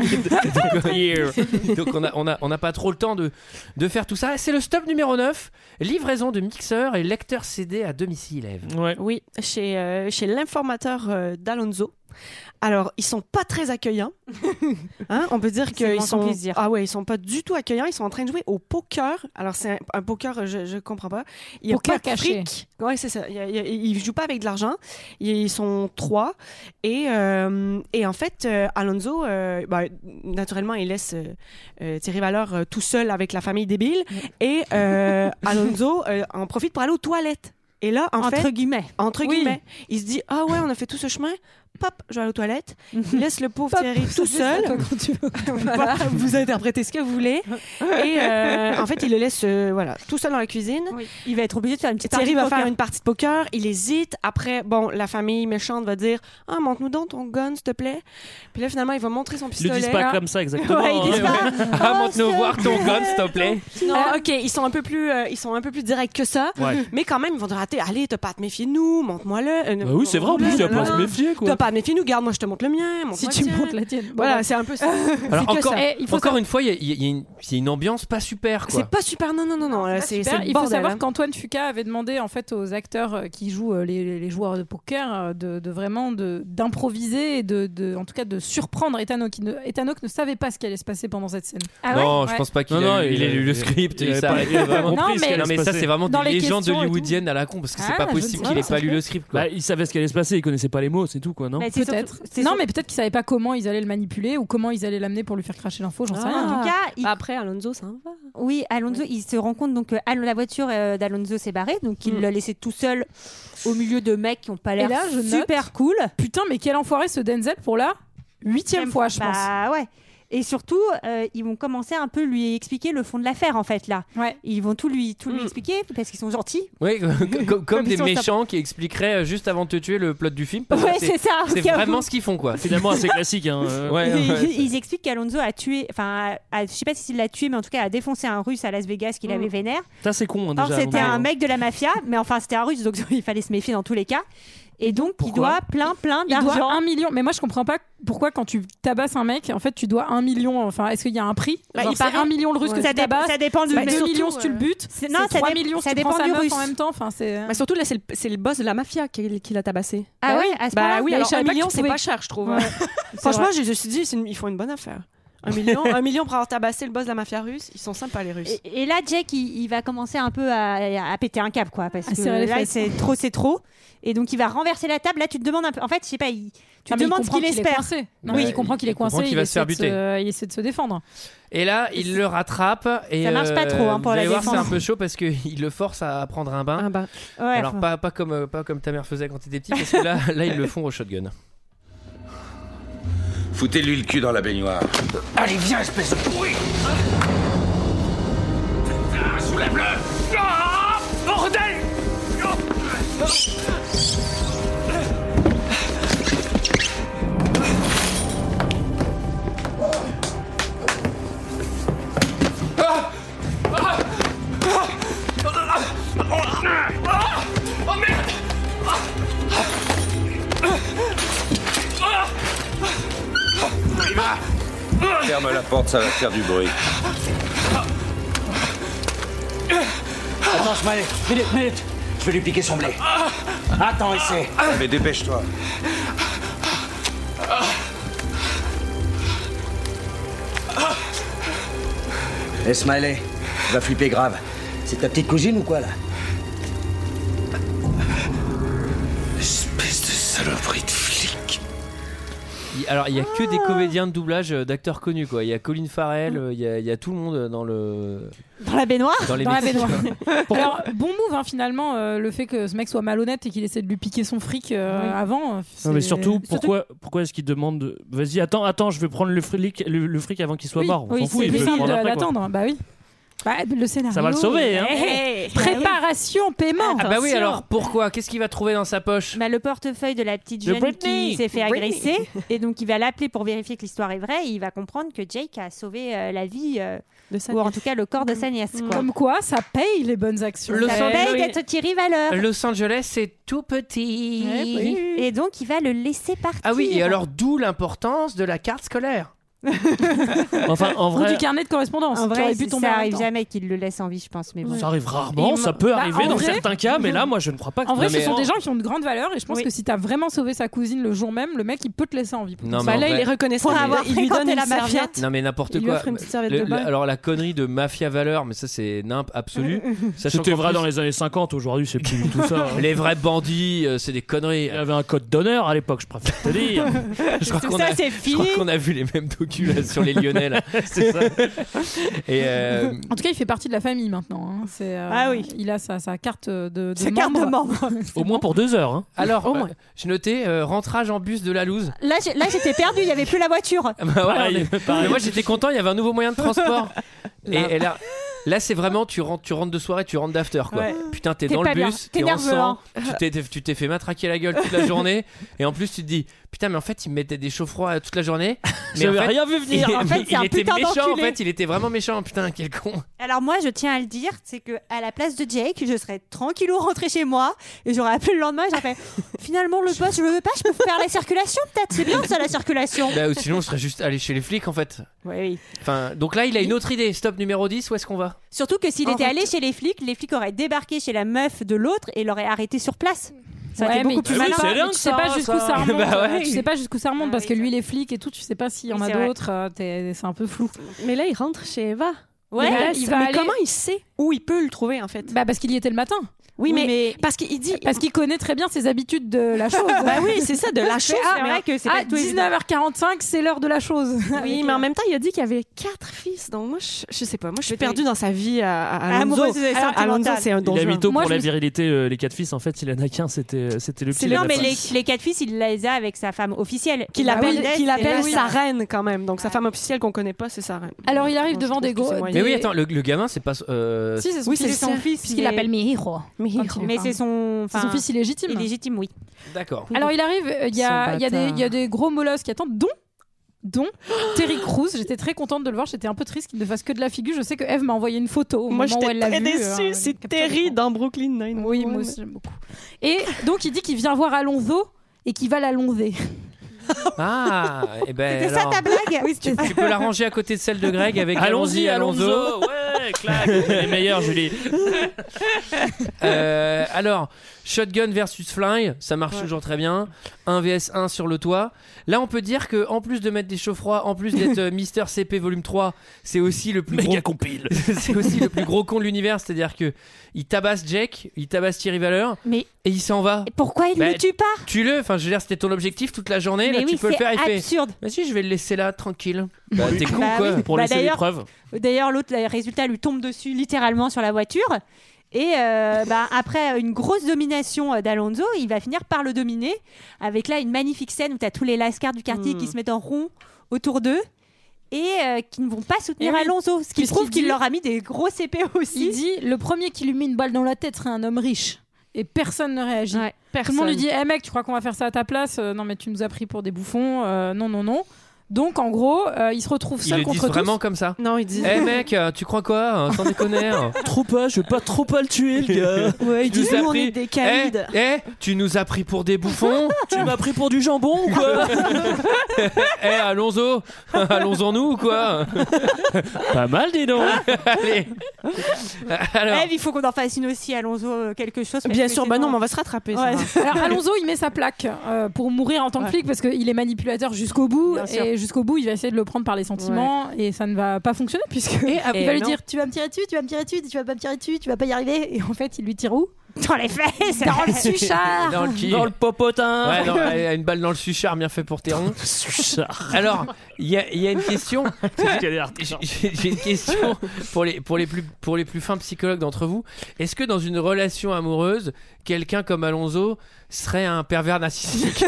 donc, donc on a on a on n'a pas trop le temps de de faire tout ça. C'est le stop numéro neuf. Livraison de mixeurs et lecteurs C D à domicile, Ève. Ouais. Oui, chez, euh, chez l'informateur euh, d'Alonso. Alors, ils sont pas très accueillants. Hein, on peut dire C'est qu'ils moins qu'on sont puisse dire. ah ouais, ils sont pas du tout accueillants. Ils sont en train de jouer au poker. Alors c'est un, un poker, je, je comprends pas. Il y a Poker pas de caché. fric. Ouais, c'est ça. Il y a- il y a- ils jouent pas avec de l'argent. Ils sont trois et euh, et en fait, euh, Alonso, euh, bah, naturellement, il laisse euh, euh, Thierry Valeur euh, tout seul avec la famille débile et euh, Alonso euh, en profite pour aller aux toilettes. Et là, en Entre fait, guillemets. entre Oui. guillemets, il se dit ah ouais, on a fait tout ce chemin. Pop, je vais aller aux toilettes. Il laisse le pauvre Pop, Thierry ça tout fait ça, seul. toi, quand tu veux. Voilà, vous interprétez ce que vous voulez. Et euh, en fait, il le laisse euh, voilà, tout seul dans la cuisine. Il va être obligé de faire une petite Thierry partie va de poker. faire une partie de poker, il hésite. Après, bon, la famille méchante va dire ah, montre-nous donc ton gun, s'il te plaît. Puis là, finalement, il va montrer son Ils le pistolet. disent pas comme ça exactement. Ouais, ils disent hein. pas. Ah, montre-nous voir ton gun, s'il te plaît. Non, ok, ils sont un peu plus, euh, ils sont un peu plus directs que ça. Ouais. Mais quand même, ils vont dire ah, t'es- allez, t'as pas à te méfier de nous, montre-moi-le. Euh, Bah oui, c'est vrai, en plus, il y a pas à se méfier, quoi. T'as pas à te méfier de nous, garde, moi, je te montre le mien. Si montre-moi tu le tien. montes la tienne. Voilà, c'est un peu ça. Alors C'est que encore, ça. Eh, il faut encore savoir- une fois, il y, a- il y a une- il y a une ambiance pas super, quoi. C'est pas super, non, non, non, non. là, C'est Super. c'est le Il faut bordel, savoir hein. qu'Antoine Fuqua avait demandé en fait aux acteurs euh, qui jouent euh, les, les joueurs de poker euh, de, de vraiment de- d'improviser et de, de en tout cas de surprendre Ethan Hawke. qui ne- Ethan Hawke ne savait pas ce qui allait se passer pendant cette scène. Ah ouais non, je Ouais. pense pas qu'il Non, non, a, lu- il il a a- lu le il- script. il Il avait ça- pas- il avait pas Non, compris ce mais- qu'allait Non se mais ça passer. c'est vraiment Dans des les légendes questions et tout. hollywoodiennes à la con parce que c'est Ah, pas je ne possible sais qu'il ait pas, pas ça lu se le script, quoi. Bah, il savait ce qui allait se passer, il connaissait pas les mots, c'est tout quoi, non Mais c'est Peut-être. surtout- c'est Non, surtout- mais peut-être qu'ils savaient pas comment ils allaient le manipuler ou comment ils allaient l'amener pour lui faire cracher l'info. J'en sais Ah. rien. En tout cas, il- Après, Alonso, ça va. oui, Alonso, il se rend compte donc que Al- la voiture euh, d'Alonso s'est barrée, donc il Mm. l'a laissé tout seul au milieu de mecs qui ont pas Et l'air là, je note- super cool. Putain, mais quel enfoiré ce Denzel pour la huitième fois, je pense. Bah ouais. Et surtout, euh, ils vont commencer un peu lui expliquer le fond de l'affaire en fait là. Ouais. Ils vont tout lui, tout lui Mm. expliquer parce qu'ils sont gentils. Oui, comme, comme, Comme des ils sont méchants qui expliqueraient euh, juste avant de te tuer le plot du film. parce que Ouais, c'est, c'est ça. c'est Au cas où. vraiment ce qu'ils font quoi. Finalement, assez classique. Hein. euh. Ouais, ils, ouais, ils expliquent qu'Alonso a tué, enfin, a- a- je sais pas s'il l'a tué, mais en tout cas a défoncé un Russe à Las Vegas qu'il avait vénère. Ça, c'est con. Hein, Alors déjà, c'était avant de- un mec de la mafia, mais enfin c'était un Russe, donc il fallait se méfier dans tous les cas. Et donc il Pourquoi doit plein plein Il doit d'argent. un million. Mais moi, je comprends pas pourquoi quand tu tabasses un mec, en fait, tu dois un million. Enfin, est-ce qu'il y a un prix Bah, Genre, il c'est paraît- un million le russe Ouais. que Ça tu dé- tabasses. ça dépend du- C'est mais deux surtout, millions si tu le euh, butes. c'est- C'est non, ça trois dé- millions ça si tu prends dépend sa du meuf russe. en même temps. Enfin, c'est. Mais surtout, là, c'est le, c'est le boss de la mafia qui, qui l'a tabassé. Ah ouais, à ce Bah point-là. oui, Mais alors je savais un pas que million, tu c'est pouvais- pas cher, je trouve. Ouais. Franchement, C'est je me suis dit, c'est une- ils font une bonne affaire. Un million, un million pour avoir tabassé le boss de la mafia russe, ils sont sympas les Russes. Et, et là, Jake, il, il va commencer un peu à, à péter un câble, quoi, parce À que serrer les là, fesses. c'est trop, c'est trop. Et donc, il va renverser la table. Là, tu te demandes un peu. En fait, je sais pas. Il, tu Ah, te mais il demandes ce comprend qu'il qu'il est espère. coincé. Non, Ouais, mais il comprend qu'il est il comprend coincé. qu'il va se essaie faire de buter. Il essaie de se défendre. Et là, il le rattrape. Et, Ça marche pas euh, trop, hein, pour vous la allez voir, c'est défense. un peu chaud parce qu'il le force à prendre un bain. Ah bah. Ouais, Alors, enfin, pas, pas, comme, euh, pas comme ta mère faisait quand t'étais petit, parce que là, là, ils le font au shotgun. Foutez-lui le cul dans la baignoire. Allez, viens, espèce de pourri. Ah, soulève-le. Ah, bordel. Oh merde. Ferme la porte, ça va faire du bruit. Attends, Smiley. Minute, minute. Je vais lui piquer son blé. Attends, essaie. Mais dépêche-toi. Eh, Smiley, tu vas flipper grave. C'est ta petite cousine ou quoi, là? Espèce de saloperie de flic. Il- Alors, il y a que des comédiens de doublage euh, d'acteurs connus, quoi. Il y a Colin Farrell, euh, il y, a- il y a tout le monde dans le. dans la baignoire. Dans les Dans la métiers. baignoire. Alors, bon move, hein, finalement, euh, le fait que ce mec soit malhonnête et qu'il essaie de lui piquer son fric euh, Oui. avant. euh, Non, mais c'est- surtout, pourquoi, pourquoi est-ce qu'il demande de- Vas-y, attends, attends, je vais prendre le fric, le, le fric avant qu'il soit Oui, mort. On oui, s'en fout, c'est il peut le simple prendre de- après, quoi. d'attendre. Bah oui. Bah, le scénario. Ça va le sauver, hein. Hey, hey. Préparation, paiement. Ah bah oui, Attention. alors pourquoi? Qu'est-ce qu'il va trouver dans sa poche? Bah, le portefeuille de la petite De jeune Britney. qui s'est fait Britney. agresser et donc il va l'appeler pour vérifier que l'histoire est vraie et il va comprendre que Jake a sauvé euh, la vie euh, De ça. ou en tout cas le corps de sa nièce, quoi. Comme quoi, ça paye les bonnes actions. Le Ça sang- paye oui. d'être Thierry Valeur. Los Angeles, c'est tout petit. Ouais, oui. Et donc il va le laisser partir. Ah oui, et alors d'où l'importance de la carte scolaire. Enfin, en Ou vrai, du carnet de correspondance. En qui vrai, aurait pu ça tomber en même arrive temps. jamais qu'il le laisse en vie, je pense. Mais bon. ça arrive rarement, Et ça mo- peut bah, arriver en dans vrai- certains cas, mais là, moi, je ne crois pas que En vrai, Non, ce mais- sont des gens qui ont de grandes valeurs et je pense Oui. que si t'as vraiment sauvé sa cousine le jour même, le mec il peut te laisser en vie. Non, mais Bah en là, vrai- il est reconnaissant. Pour il- avoir il lui fréquenté donne la une mafia. serviette. Non mais n'importe Il lui quoi. offre une petite serviette Le- de le- bain. alors la connerie de mafia valeur, mais ça c'est nimp absolu. Sachant c'était qu'en vrai plus, dans les années cinquante, aujourd'hui, c'est plus du tout ça. hein. les vrais bandits, euh, c'est des conneries. Il y avait un code d'honneur à l'époque, je préfère te dire. Je crois Tout qu'on ça, a, c'est je crois fini. qu'on a vu les mêmes docus là, sur les Lyonnais là. C'est ça. Et euh, En tout cas, il fait partie de la famille maintenant. hein. C'est, euh, Ah oui. Il a sa, sa carte de, de Sa carte de membre. membre. Au moins pour deux heures. Hein. alors, Au euh, moins. j'ai noté euh, rentrage en bus de la Louse. Là, j'ai- là, j'étais perdu, il n'y avait plus la voiture. Ah bah ouais, Pareil, on est- pareil. Mais moi j'étais content, il y avait un nouveau moyen de transport. et, Là. et là, là c'est vraiment tu rentres, tu rentres de soirée, tu rentres d'after quoi. Ouais. Putain, t'es T'es dans pas le bien. bus, T'es t'es en nerveux, sang, hein. tu t'es, tu t'es fait matraquer la gueule toute la journée, et en plus tu te dis putain mais en fait il me mettait des chauds froids toute la journée. Mais J'avais en fait, rien vu venir. il, En fait, mais c'est un il était putain méchant en d'enculé. fait, il était vraiment méchant. Putain quel con. Alors moi, je tiens à le dire, c'est que à la place de Jake, je serais tranquillou rentrée chez moi et j'aurais appelé le lendemain. J'aurais fait finalement le boss, je le veux pas, je peux faire la circulation peut-être. C'est bien ça la circulation. Bah, ou sinon je serais juste allé chez les flics en fait. Oui, oui. Enfin, donc là il a une autre idée. Stop numéro dix, où est-ce qu'on va? Surtout que s'il En était fait- allé chez les flics, les flics auraient débarqué chez la meuf de l'autre et l'auraient arrêté sur place. Ça aurait Ouais, été mais beaucoup tu plus Ah sais oui, malin. pas, c'est mais dingue, tu sais ça, pas jusqu'où ça. ça remonte. Bah ouais. euh, Tu sais pas jusqu'où ça remonte Ah parce oui, que c'est lui, vrai. les flics et tout, tu sais pas s'il y en Oui, a c'est vrai. d'autres. euh, t'es- C'est un peu flou. Mais là, il rentre chez Eva. Ouais, mais là, il il va mais aller- comment il sait où il peut le trouver en fait? Bah parce qu'il y était le matin. Oui, Oui, mais, mais- parce qu'il dit. Parce qu'il connaît très bien ses habitudes de la chose. Bah oui, c'est ça, de la chose. C'est vrai que c'est À pas tout évident. dix-neuf heures quarante-cinq, c'est l'heure de la chose. Oui, mais en même temps, il a dit qu'il y avait quatre fils. Donc moi, je, je sais pas. Moi, je suis Peut-être- perdue dans sa vie à, à Alonso. Amoureuse et Alors, Alonso, sentimentale. c'est un Il a donjon. mytho Moi, pour je la me- virilité, euh, les quatre fils. En fait, il en a qu'un, c'était, c'était le petit. Non, il mais en a pas. les, les quatre fils, il les a avec sa femme officielle. Qu'il Et appelle, Mendes, qu'il c'est appelle la- sa reine quand même. Donc sa femme officielle qu'on connaît pas, c'est sa reine. Alors il arrive Moi, je devant trouve des que gros. c'est moyen. Mais oui, des- attends, le, le gamin, c'est pas. euh, Si, c'est son Oui, fils. c'est son fils, Puisqu'il mais- l'appelle Mihiro. Mais Quand il est Mais pas- c'est son. C'est son enfin, fils illégitime. illégitime, oui. D'accord. Alors il arrive, euh, il y, a- Son il y, a des- bâtard. il y a des gros molosses qui attendent, dont, dont Terry Crews. J'étais très contente de le voir, j'étais un peu triste qu'il ne fasse que de la figure. Je sais que Eve m'a envoyé une photo au Moi, moment où j'étais elle l'a très vu. déçue. euh, C'est capture Terry d'écran. dans Brooklyn Nine-Nine. Oui, moi aussi j'aime beaucoup. Et donc il dit qu'il vient voir Alonso et qu'il va l'alonser. Ah, et ben. C'était ça alors, ta blague Oui, tu, c'était tu peux la ranger à côté de celle de Greg avec Allons-y, Alonso. Alonso. Ouais, clac. Les meilleurs, Julie. Euh, alors, shotgun versus fly, ça marche Ouais. toujours très bien. un vs un sur le toit. Là, on peut dire que en plus de mettre des chauds-froids, en plus d'être euh, Mister C P volume trois, c'est aussi le plus Méga gros compile. c'est aussi le plus gros con de l'univers, c'est-à-dire que il tabasse Jake, il tabasse Thierry Valeur Mais et il s'en va. pourquoi il Bah, ne le tue pas? Tue-le, enfin je veux dire c'était ton objectif toute la journée, Mais là oui, tu peux le c'est faire, il fait absurde. vas-y je vais le laisser là tranquille. Bah t'es con Bah quoi. oui. Pour Bah, laisser des d'ailleurs- preuves. D'ailleurs, l'autre, le résultat lui tombe dessus littéralement sur la voiture. Et euh, bah, après une grosse domination euh, d'Alonso, il va finir par le dominer. Avec là une magnifique scène où tu as tous les lascars du quartier Mm. qui se mettent en rond autour d'eux et euh, qui ne vont pas soutenir Et oui, Alonso. Ce qui puisqu'il prouve qu'il dit- leur a mis des gros C P aussi. Il dit le premier qui lui met une balle dans la tête serait un homme riche. Et personne ne réagit. Ouais, Tout le monde lui dit Eh mec, tu crois qu'on va faire ça à ta place Euh, Non, mais tu nous as pris pour des bouffons. Euh, non, non, non. Donc en gros, euh, il se retrouve Ils seul le contre disent tous. vraiment comme ça. Non, il dit. Eh mec, euh, tu crois quoi hein, sans déconner. hein. Trop pas, je veux pas trop pas le tuer, le gars. Ouais, il Tu dit nous as nous, on pris- est des canides. Eh, eh, tu nous as pris pour des bouffons. Tu m'as pris pour du jambon ou quoi? Eh Alonso, allons-en-nous ou quoi. Pas mal, dis donc. Allez. Alors, Eve, il faut qu'on en fasse une aussi, Alonso, euh, quelque chose. parce Bien que sûr, c'est bah non, bon. mais on va se rattraper. Ouais. ça. Alors Alonso, il met sa plaque euh, pour mourir en tant que Ouais. flic parce qu'il est manipulateur jusqu'au bout. Bien sûr. Et jusqu'au bout, il va essayer de le prendre par les sentiments. Et ça ne va pas fonctionner puisque Et il va lui non. dire Tu vas me tirer dessus, tu vas me tirer dessus, tu vas pas me tirer dessus, tu vas pas y arriver. Et en fait, il lui tire où Dans les fesses. Dans le suchard. dans le qui Dans le popotin. Ouais, non, elle a une balle dans le suchard, bien fait pour tes ronds. Suchard. Alors, il y, a- il y a une question. J'ai j'ai une question pour les, pour, les plus, pour les plus fins psychologues d'entre vous. Est-ce que dans une relation amoureuse, quelqu'un comme Alonso serait un pervers narcissique?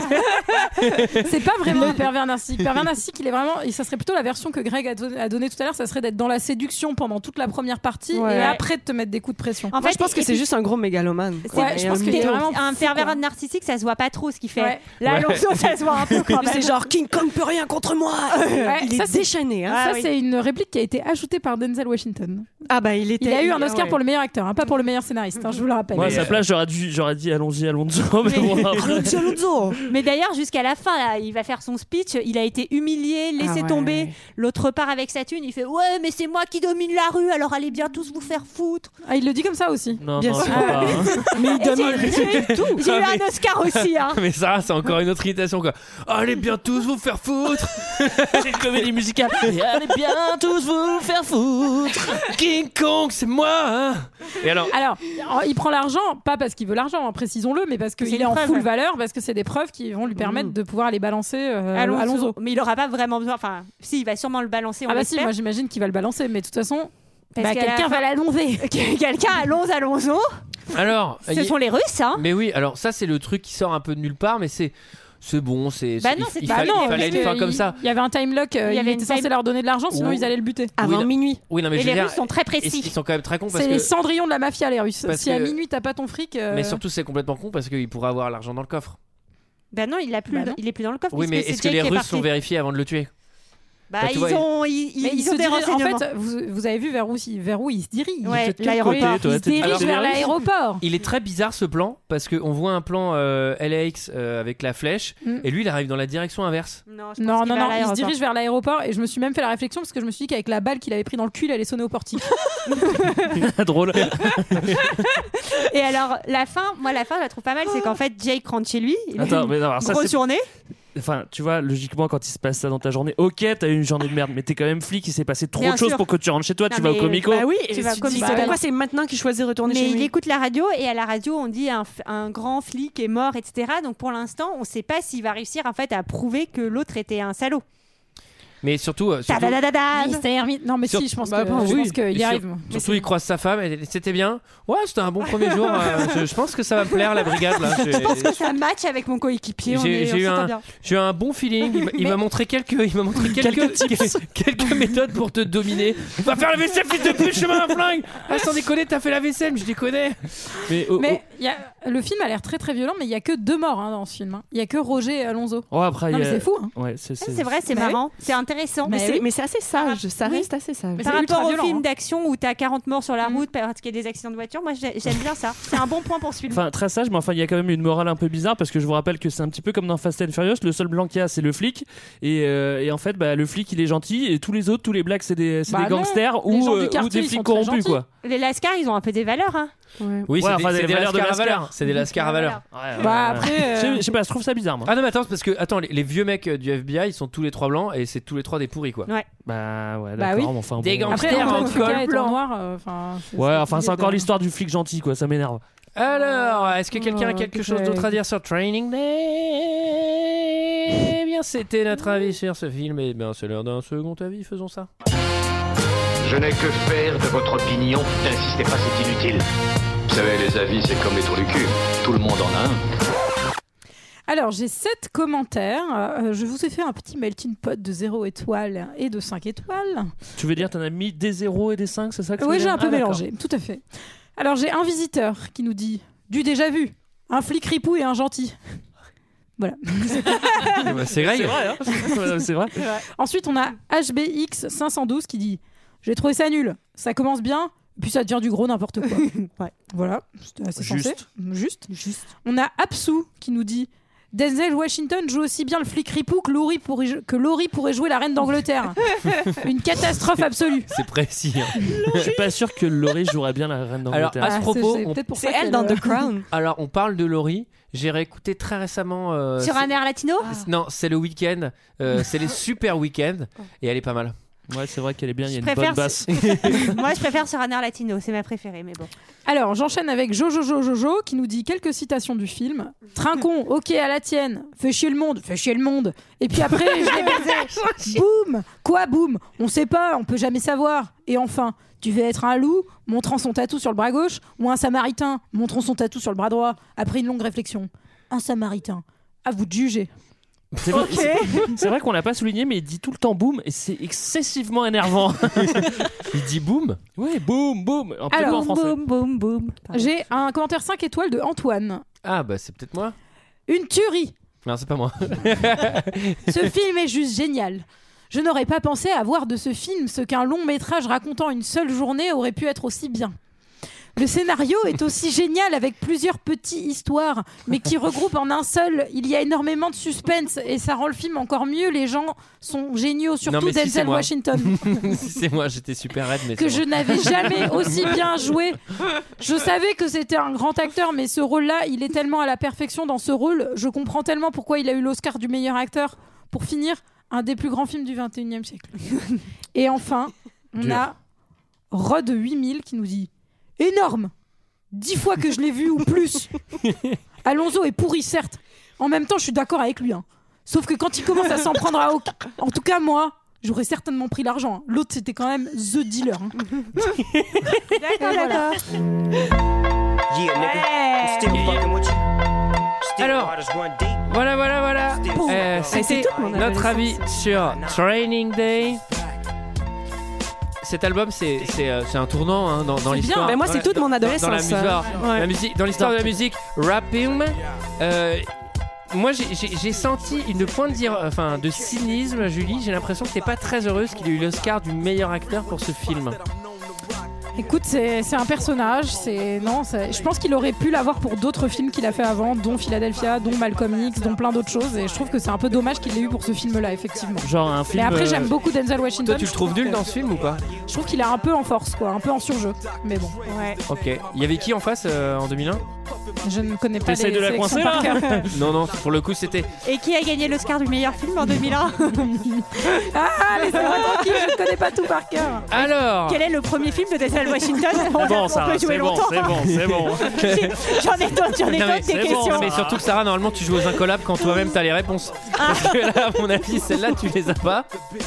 C'est pas vraiment un pervers narcissique. Pervers narcissique, il est vraiment. Et ça serait plutôt la version que Greg a, don- a donnée tout à l'heure. Ça serait d'être dans la séduction pendant toute la première partie Ouais. et après de te mettre des coups de pression. En Moi, fait, je pense que et c'est puis- juste un gros mégalomane. C'est- quoi. Ouais, je Et pense un qu'il est mytho. vraiment un fou, pervers quoi. narcissique, ça se voit pas trop ce qu'il fait. Ouais. Là, Alonso, ça se voit un peu quand même. C'est genre King Kong peut rien contre moi. Ouais, Il ça, est c'est- déchaîné. Hein. Ah ça, oui. c'est une réplique qui a été ajoutée par Denzel Washington. Ah bah il était. Il a eu un ah Oscar ouais. pour le meilleur acteur, hein, pas pour le meilleur scénariste, hein, je vous le rappelle. Moi, à Mais, sa euh, place, j'aurais, dû, j'aurais dit allons-y, Alonso. Mais Mais- bon, après- Alonso, Alonso. Mais d'ailleurs, jusqu'à la fin, là, il va faire son speech. Il a été humilié, laissé Ah ouais. tomber. L'autre part avec sa thune. Il fait ouais, mais c'est moi qui domine la rue. Alors allez bien tous vous faire foutre. Ah, il le dit comme ça aussi. Non, Bien non, je sûr. crois pas. hein. Mais il Et J'ai domine. j'ai- j'ai eu Ah, mais- un Oscar aussi. Hein. Mais ça, c'est encore une autre irritation quoi. Allez bien tous vous faire foutre. C'est une comédie musicale. Et allez bien tous vous faire foutre. King Kong, c'est moi. Hein. Et alors, Alors, il prend l'argent, pas parce qu'il veut l'argent, hein, précisons-le, mais parce C'est qu'il une est en preuve. full valeur, parce que c'est des preuves qui vont lui permettre Mm. de pouvoir aller balancer euh, Alonso. Alonso. Mais il aura pas vraiment besoin. Enfin, si, il va sûrement le balancer. On Ah bah si, l'espère. moi j'imagine qu'il va le balancer, mais de toute façon, Parce bah, qu'à la quelqu'un fin- va l'annoncer. Quelqu'un allonge Alonso. alors, Ce y- sont les Russes, hein. mais oui, alors ça c'est le truc qui sort un peu de nulle part, mais c'est c'est bon, c'est Bah c'est- non, il, c'est il pas- fallait, bah il non, fallait parce une fin que comme il- ça. Il y avait un time lock, euh, Il y il, avait était une censé time- leur donner de l'argent, sinon Oh. ils allaient le buter. Avant Oui, non. minuit. Oui, non mais Et je veux les dire, Russes sont très ils, ils précis. sont quand même très cons parce C'est que les cendrillons de la mafia, les Russes. parce Si à que- minuit t'as pas ton fric. euh, mais surtout c'est complètement con parce qu'il pourrait avoir l'argent dans le coffre. Bah non, il a plus. Bah non. Il est plus dans le coffre. Oui, mais puisque est-ce c'est que Jake les qui est Russes l'ont parti. vérifié avant de le tuer? Bah, Bah, tu ils vois, ont, ils, ils, Mais il ils se ont des dirige- en renseignements. fait, vous, vous avez vu vers où, il- vers où il se dirige. Ouais, de quel l'aéroport. côté, toi, Il se t'es- dirige Alors- vers l'aéroport. Il est très bizarre ce plan parce qu'on voit un plan euh, L A X euh, avec la flèche Mm. et lui il arrive dans la direction inverse. Non, je pense Non, qu'il non, va à non, il se l'aéroport. dirige vers l'aéroport et je me suis même fait la réflexion parce que je me suis dit qu'avec la balle qu'il avait pris dans le cul, il allait sonner au portique. Drôle. Et alors, la fin, moi, la fin, je la trouve pas mal. C'est qu'en fait, Jake rentre chez lui. Il a Attends, une mais non, alors ça, grosse c'est- journée. enfin, tu vois, logiquement, quand il se passe ça dans ta journée, ok, t'as eu une journée de merde, mais t'es quand même flic, il s'est passé trop Bien de choses sûr. pour que tu rentres chez toi, Non, tu vas au mais- comico. Bah oui, Tu et vas tu comme dis, ça. c'est pourquoi c'est maintenant qu'il choisit de retourner Mais chez il lui. écoute la radio et à la radio on dit un, f- un grand flic est mort, et cetera. Donc pour l'instant on ne sait pas s'il va réussir en fait à prouver que l'autre était un salaud. Mais surtout, euh, surtout, Tadadadada. Mystère, mi- Non, mais Sur- si, je pense Bah, que- bah, je oui. pense qu'il Et y sur- arrive. surtout il croise sa femme, et c'était bien. Ouais, c'était un bon premier jour. euh, je, je pense que ça va me plaire la brigade là. J'ai- Je pense que ça match avec mon coéquipier. on J'ai est- j'ai on eu s'entend un, bien. j'ai eu un bon feeling. Il m'a- Il m'a montré quelques, il m'a montré quelques, quelques, quelques méthodes pour te dominer. Va faire la vaisselle, fils de pute, chemin un flingue. Ah, sans déconner, t'as fait la vaisselle, je déconne. Mais, oh, Mais il y a... le film a l'air très très violent, mais il y a que deux morts hein, dans ce film. hein. Il y a que Roger et Alonso. oh, après, Non, il y mais a- c'est fou. hein. Ouais, c'est, c'est... C'est vrai, c'est Bah oui. marrant, c'est intéressant. Mais Mais c'est oui. mais c'est assez sage, ça Oui. reste assez sage. Mais Par c'est ultra rapport au violent, film hein. d'action où t'as quarante morts sur la Mm. route parce qu'il y a des accidents de voiture, moi j'ai- j'aime bien ça. C'est un bon point pour ce film. Enfin, très sage, mais enfin, il y a quand même une morale un peu bizarre parce que je vous rappelle que c'est un petit peu comme dans Fast and Furious, le seul blanc qu'il y a, c'est le flic. Et, euh, et en fait, bah, le flic, il est gentil et tous les autres, tous les blacks, c'est des, c'est Bah des non, gangsters les ou, gens du euh, ou quartier, des ils flics sont très corrompus, gentils. quoi. Les Lascars, ils ont un peu des valeurs. Hein. Ouais. Oui, Ouais, c'est enfin, des, des c'est des valeurs de lascars à lascar. valeur. C'est des lascars à valeur. Ouais, Bah ouais. après. Je euh, sais- je sais pas, je trouve ça bizarre, moi. Ah non, mais attends, c'est parce que attends, les, les vieux mecs euh, du F B I, ils sont tous les trois blancs et c'est tous les trois des pourris quoi. Ouais. Bah ouais, Bah d'accord, oui. mais enfin. Des bon, gangsters. Après, en Antoine col Fuqua est blanc. en noir. euh, enfin, c'est- Ouais, enfin, c'est- c'est encore l'histoire du flic gentil, quoi, ça m'énerve. Alors, est-ce que quelqu'un a Oh, quelque que chose c'est- d'autre à dire sur Training Day? Eh bien, c'était notre avis sur ce film. Et bien, c'est l'heure d'un second avis. Faisons ça. Je n'ai que faire de votre opinion. N'insistez pas, c'est inutile. Vous savez, les avis, c'est comme les trous du cul. Tout le monde en a un. Alors, j'ai sept commentaires. Euh, je vous ai fait un petit melting pot de zéro étoile et de cinq étoiles. Tu veux dire, t'en as mis des zéros et des cinq, c'est ça que ça Oui, veut j'ai dire un peu Ah, d'accord. mélangé, tout à fait. Alors, j'ai un visiteur qui nous dit du déjà vu, un flic ripou et un gentil. Voilà. Eh ben, c'est Greg. C'est vrai, hein c'est vrai. Ensuite, on a H B X cinq cent douze qui dit j'ai trouvé ça nul. Ça commence bien, puis ça devient du gros n'importe quoi. Ouais. Voilà, c'était assez Juste. sensé. Juste. Juste. On a Apsu qui nous dit Denzel Washington joue aussi bien le flic ripou que Laurie pourrait, jou- que Laurie pourrait jouer la reine d'Angleterre. Une catastrophe absolue. C'est précis. hein. Je suis pas sûr que Laurie jouerait bien la reine Alors, d'Angleterre. à ce Ah, propos, c'est- c'est on- peut-être pour C'est ça elle qu'elle, dans euh, The Crown. Alors, on parle de Laurie. J'ai réécouté très récemment. euh, Sur c'est- un air latino. Non, c'est le week-end. Euh, c'est les super week-ends. Et elle est pas mal. Ouais, c'est vrai qu'elle est bien, il y a Je une bonne préfère basse. Moi, je préfère sur un air latino. C'est ma préférée, mais bon. Alors, j'enchaîne avec Jojo Jojo Jojo qui nous dit quelques citations du film. Trincon, ok à la tienne. Fais chier le monde, fais chier le monde. Et puis après, je l'ai baisé. Boum. Quoi, boum? On sait pas, on peut jamais savoir. Et enfin, tu veux être un loup, montrant son tatou sur le bras gauche, ou un samaritain, montrant son tatou sur le bras droit. Après une longue réflexion, un samaritain. À vous de juger. C'est vrai, c'est- c'est vrai qu'on l'a pas souligné, mais il dit tout le temps boum et c'est excessivement énervant. Il dit boum. Ouais, boum, boum. En, peut-être Alors, pas en français. Boum, boum, boum. J'ai un commentaire cinq étoiles de Antoine. Ah, bah, c'est peut-être moi. Une tuerie. Non, c'est pas moi. Ce film est juste génial. Je n'aurais pas pensé à voir de ce film ce qu'un long métrage racontant une seule journée aurait pu être aussi bien. Le scénario est aussi génial avec plusieurs petites histoires, mais qui regroupent en un seul. Il y a énormément de suspense et ça rend le film encore mieux. Les gens sont géniaux, surtout mais si, c'est Denzel moi. Washington, Si c'est moi, j'étais super raide. Mais que c'est je moi. n'avais jamais aussi bien joué. Je savais que c'était un grand acteur, mais ce rôle-là, il est tellement à la perfection dans ce rôle. Je comprends tellement pourquoi il a eu l'Oscar du meilleur acteur. Pour finir, un des plus grands films du vingt et unième siècle. Et enfin, on Dur. a Rod huit mille qui nous dit énorme, dix fois que je l'ai vu ou plus. Alonso est pourri, certes. En même temps, je suis d'accord avec lui. hein. Sauf que quand il commence à s'en prendre à aucun... En tout cas, moi, j'aurais certainement pris l'argent. hein. L'autre, c'était quand même The Dealer. hein. D'accord, d'accord. Yeah, nigga. I'm still fucking with you. Still Alors, hard as one D. Voilà, voilà, voilà. Euh, c'est C'était tout mon notre avis adolescence. sur Training Day. Cet album, c'est c'est, euh, c'est un tournant hein, dans, dans C'est l'histoire. bien. Mais moi, Dans c'est la- toute mon dans- Dans la adolescence, histoire, euh, ouais. la musique, dans l'histoire de la musique, rapping. Euh, moi, j'ai- j'ai j'ai senti une pointe d'ir- enfin, de cynisme, Julie. J'ai l'impression que t'es pas très heureuse qu'il ait eu l'Oscar du meilleur acteur pour ce film. Écoute, c'est c'est un personnage. C'est non, c'est- je pense qu'il aurait pu l'avoir pour d'autres films qu'il a fait avant, dont Philadelphia, dont Malcolm X, dont plein d'autres choses. Et je trouve que c'est un peu dommage qu'il l'ait eu pour ce film-là, effectivement. Genre un film. Mais après, euh, j'aime beaucoup Denzel Washington. Toi, tu le Je trouves trouve nul que- dans ce film ou pas? Je trouve qu'il est un peu en force, quoi, un peu en surjeu. Mais bon. Ouais. Ok. Il y avait qui en face euh, en deux mille un? Je ne connais pas T'essayes les de la sélections coincer, par là cœur. Non, non, pour le coup, c'était. Et qui a gagné l'Oscar du meilleur film en deux mille un? Ah, laissez-moi tranquille, je ne connais pas tout par cœur. Alors. Quel est le premier film de Denzel Washington? C'est bon, On Sarah, peut jouer c'est bon, longtemps. c'est bon, c'est bon. J'en ai d'autres, j'en ai Non, mais d'autres des c'est bon. questions. Non, mais surtout que Sarah, normalement, tu joues aux incollables quand toi-même t'as les réponses. Parce que là, à mon avis, celle-là, tu les as pas.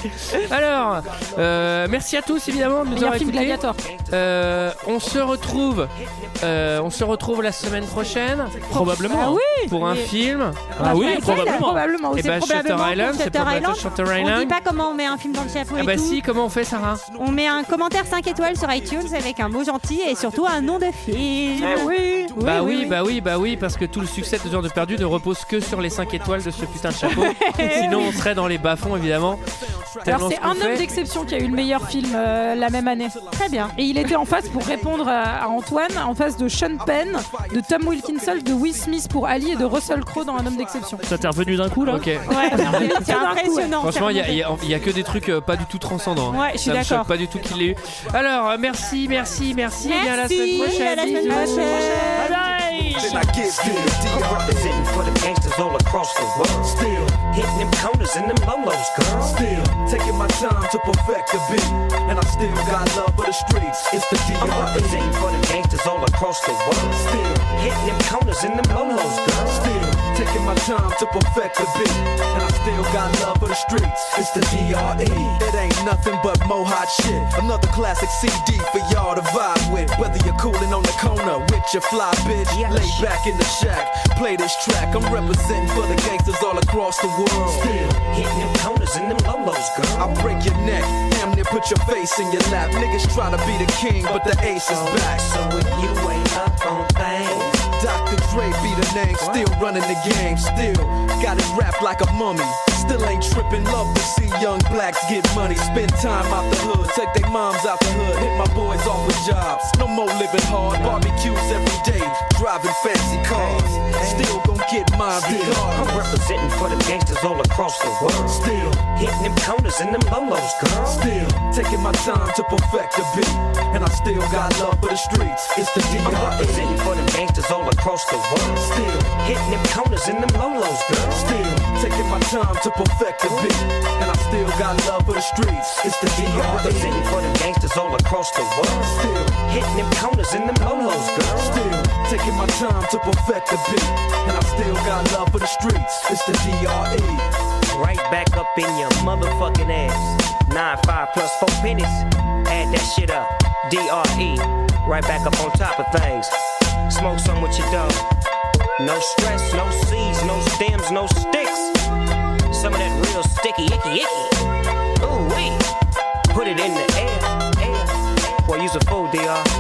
Alors, euh, merci à tous évidemment de nous Meilleur avoir film écoutés. Gladiator. Euh, on se retrouve, euh, on se retrouve la semaine prochaine. Probablement. Ah oui. Pour un Et- film. Ah oui, Lequel probablement. Probablement. Et C'est bah, Shutter probablement Island, c'est Shutter pour Island. Shutter On dit Island. pas comment on met un film dans le chapeau Ah et bah tout. si, comment on fait, Sarah? On met un commentaire cinq étoiles sur iTunes avec un mot gentil et surtout un nom de film. Eh oui. Bah oui, bah oui, bah oui, parce que tout le succès de deux heures de perdu ne repose que sur les cinq étoiles de ce putain de chapeau. Sinon, on serait dans les bas-fonds, évidemment. Tellement Alors c'est ce qu'on un homme fait. d'exception qui a eu le meilleur film euh, la même année. Très bien. Et il était en face pour répondre à, à Antoine, en face de Sean Penn, de Tom Wilkinson, de Will Smith pour Ali et de Russell Crowe dans Un homme d'exception. Ça t'est revenu d'un coup là? Ok. Ouais, c'est impressionnant. Franchement, il y, a- il y a- il y a que des trucs euh, pas du tout transcendants. hein. Ouais, je suis Ça me d'accord. choque pas du tout qu'il l'ait eu. Alors, euh, merci, merci, merci. Et bien à la semaine Merci, prochaine. à la semaine Bisous. prochaine. Bye bye. Then I get good. I'm representing for the gangsters all across the world. Still hitting them corners and them lolos, girl. Still taking my time to perfect the beat, and I still got love for the streets. It's the D R E. I'm representing for the gangsters all across the world. Still hitting them corners and them lolos, girl. Still taking my time to perfect the beat, and I still got love for the streets. It's the D R E. It ain't nothing but mo hot shit. Another classic C D for y'all to vibe with. Whether you're cooling on the corner with your fly bitch, lay back in the shack, play this track. I'm representing for the gangsters all across the world. Still hitting them corners and them lolos, girl. I'll break your neck, damn near put your face in your lap. Niggas try to be the king, but the ace is back. So if you ain't up on things, Doctor Dre be the name, still running the game, still got it wrapped like a mummy. Still ain't tripping, love to see young blacks get money. Spend time out the hood, take their moms out the hood, hit my boys off with jobs. No more living hard, barbecues every day, driving fancy cars. Still gon' get mine regardless. I'm representing for the gangsters all across the world. Still hitting them corners and them lolos, girl. Still taking my time to perfect the beat, and I still got love for the streets. It's the D R E. I'm representing for the gangsters all across the world. Still hitting them corners and them lolos, girl. Still taking my time to perfect the beat, and I still got love for the streets. It's the D R E. I'm representing for the gangsters all across the world. Still hitting them corners and them lolos, girl. Still taking my time to perfect the beat, and I still got love for the streets. It's the D R E. Right back up in your motherfucking ass. Nine five plus four pennies. Add that shit up. D R E. Right back up on top of things. Smoke some with your dog. No stress, no seeds, no stems, no sticks. Some of that real sticky, icky, icky. Ooh wee. Put it in the air, air. Boy, you's a fool, D R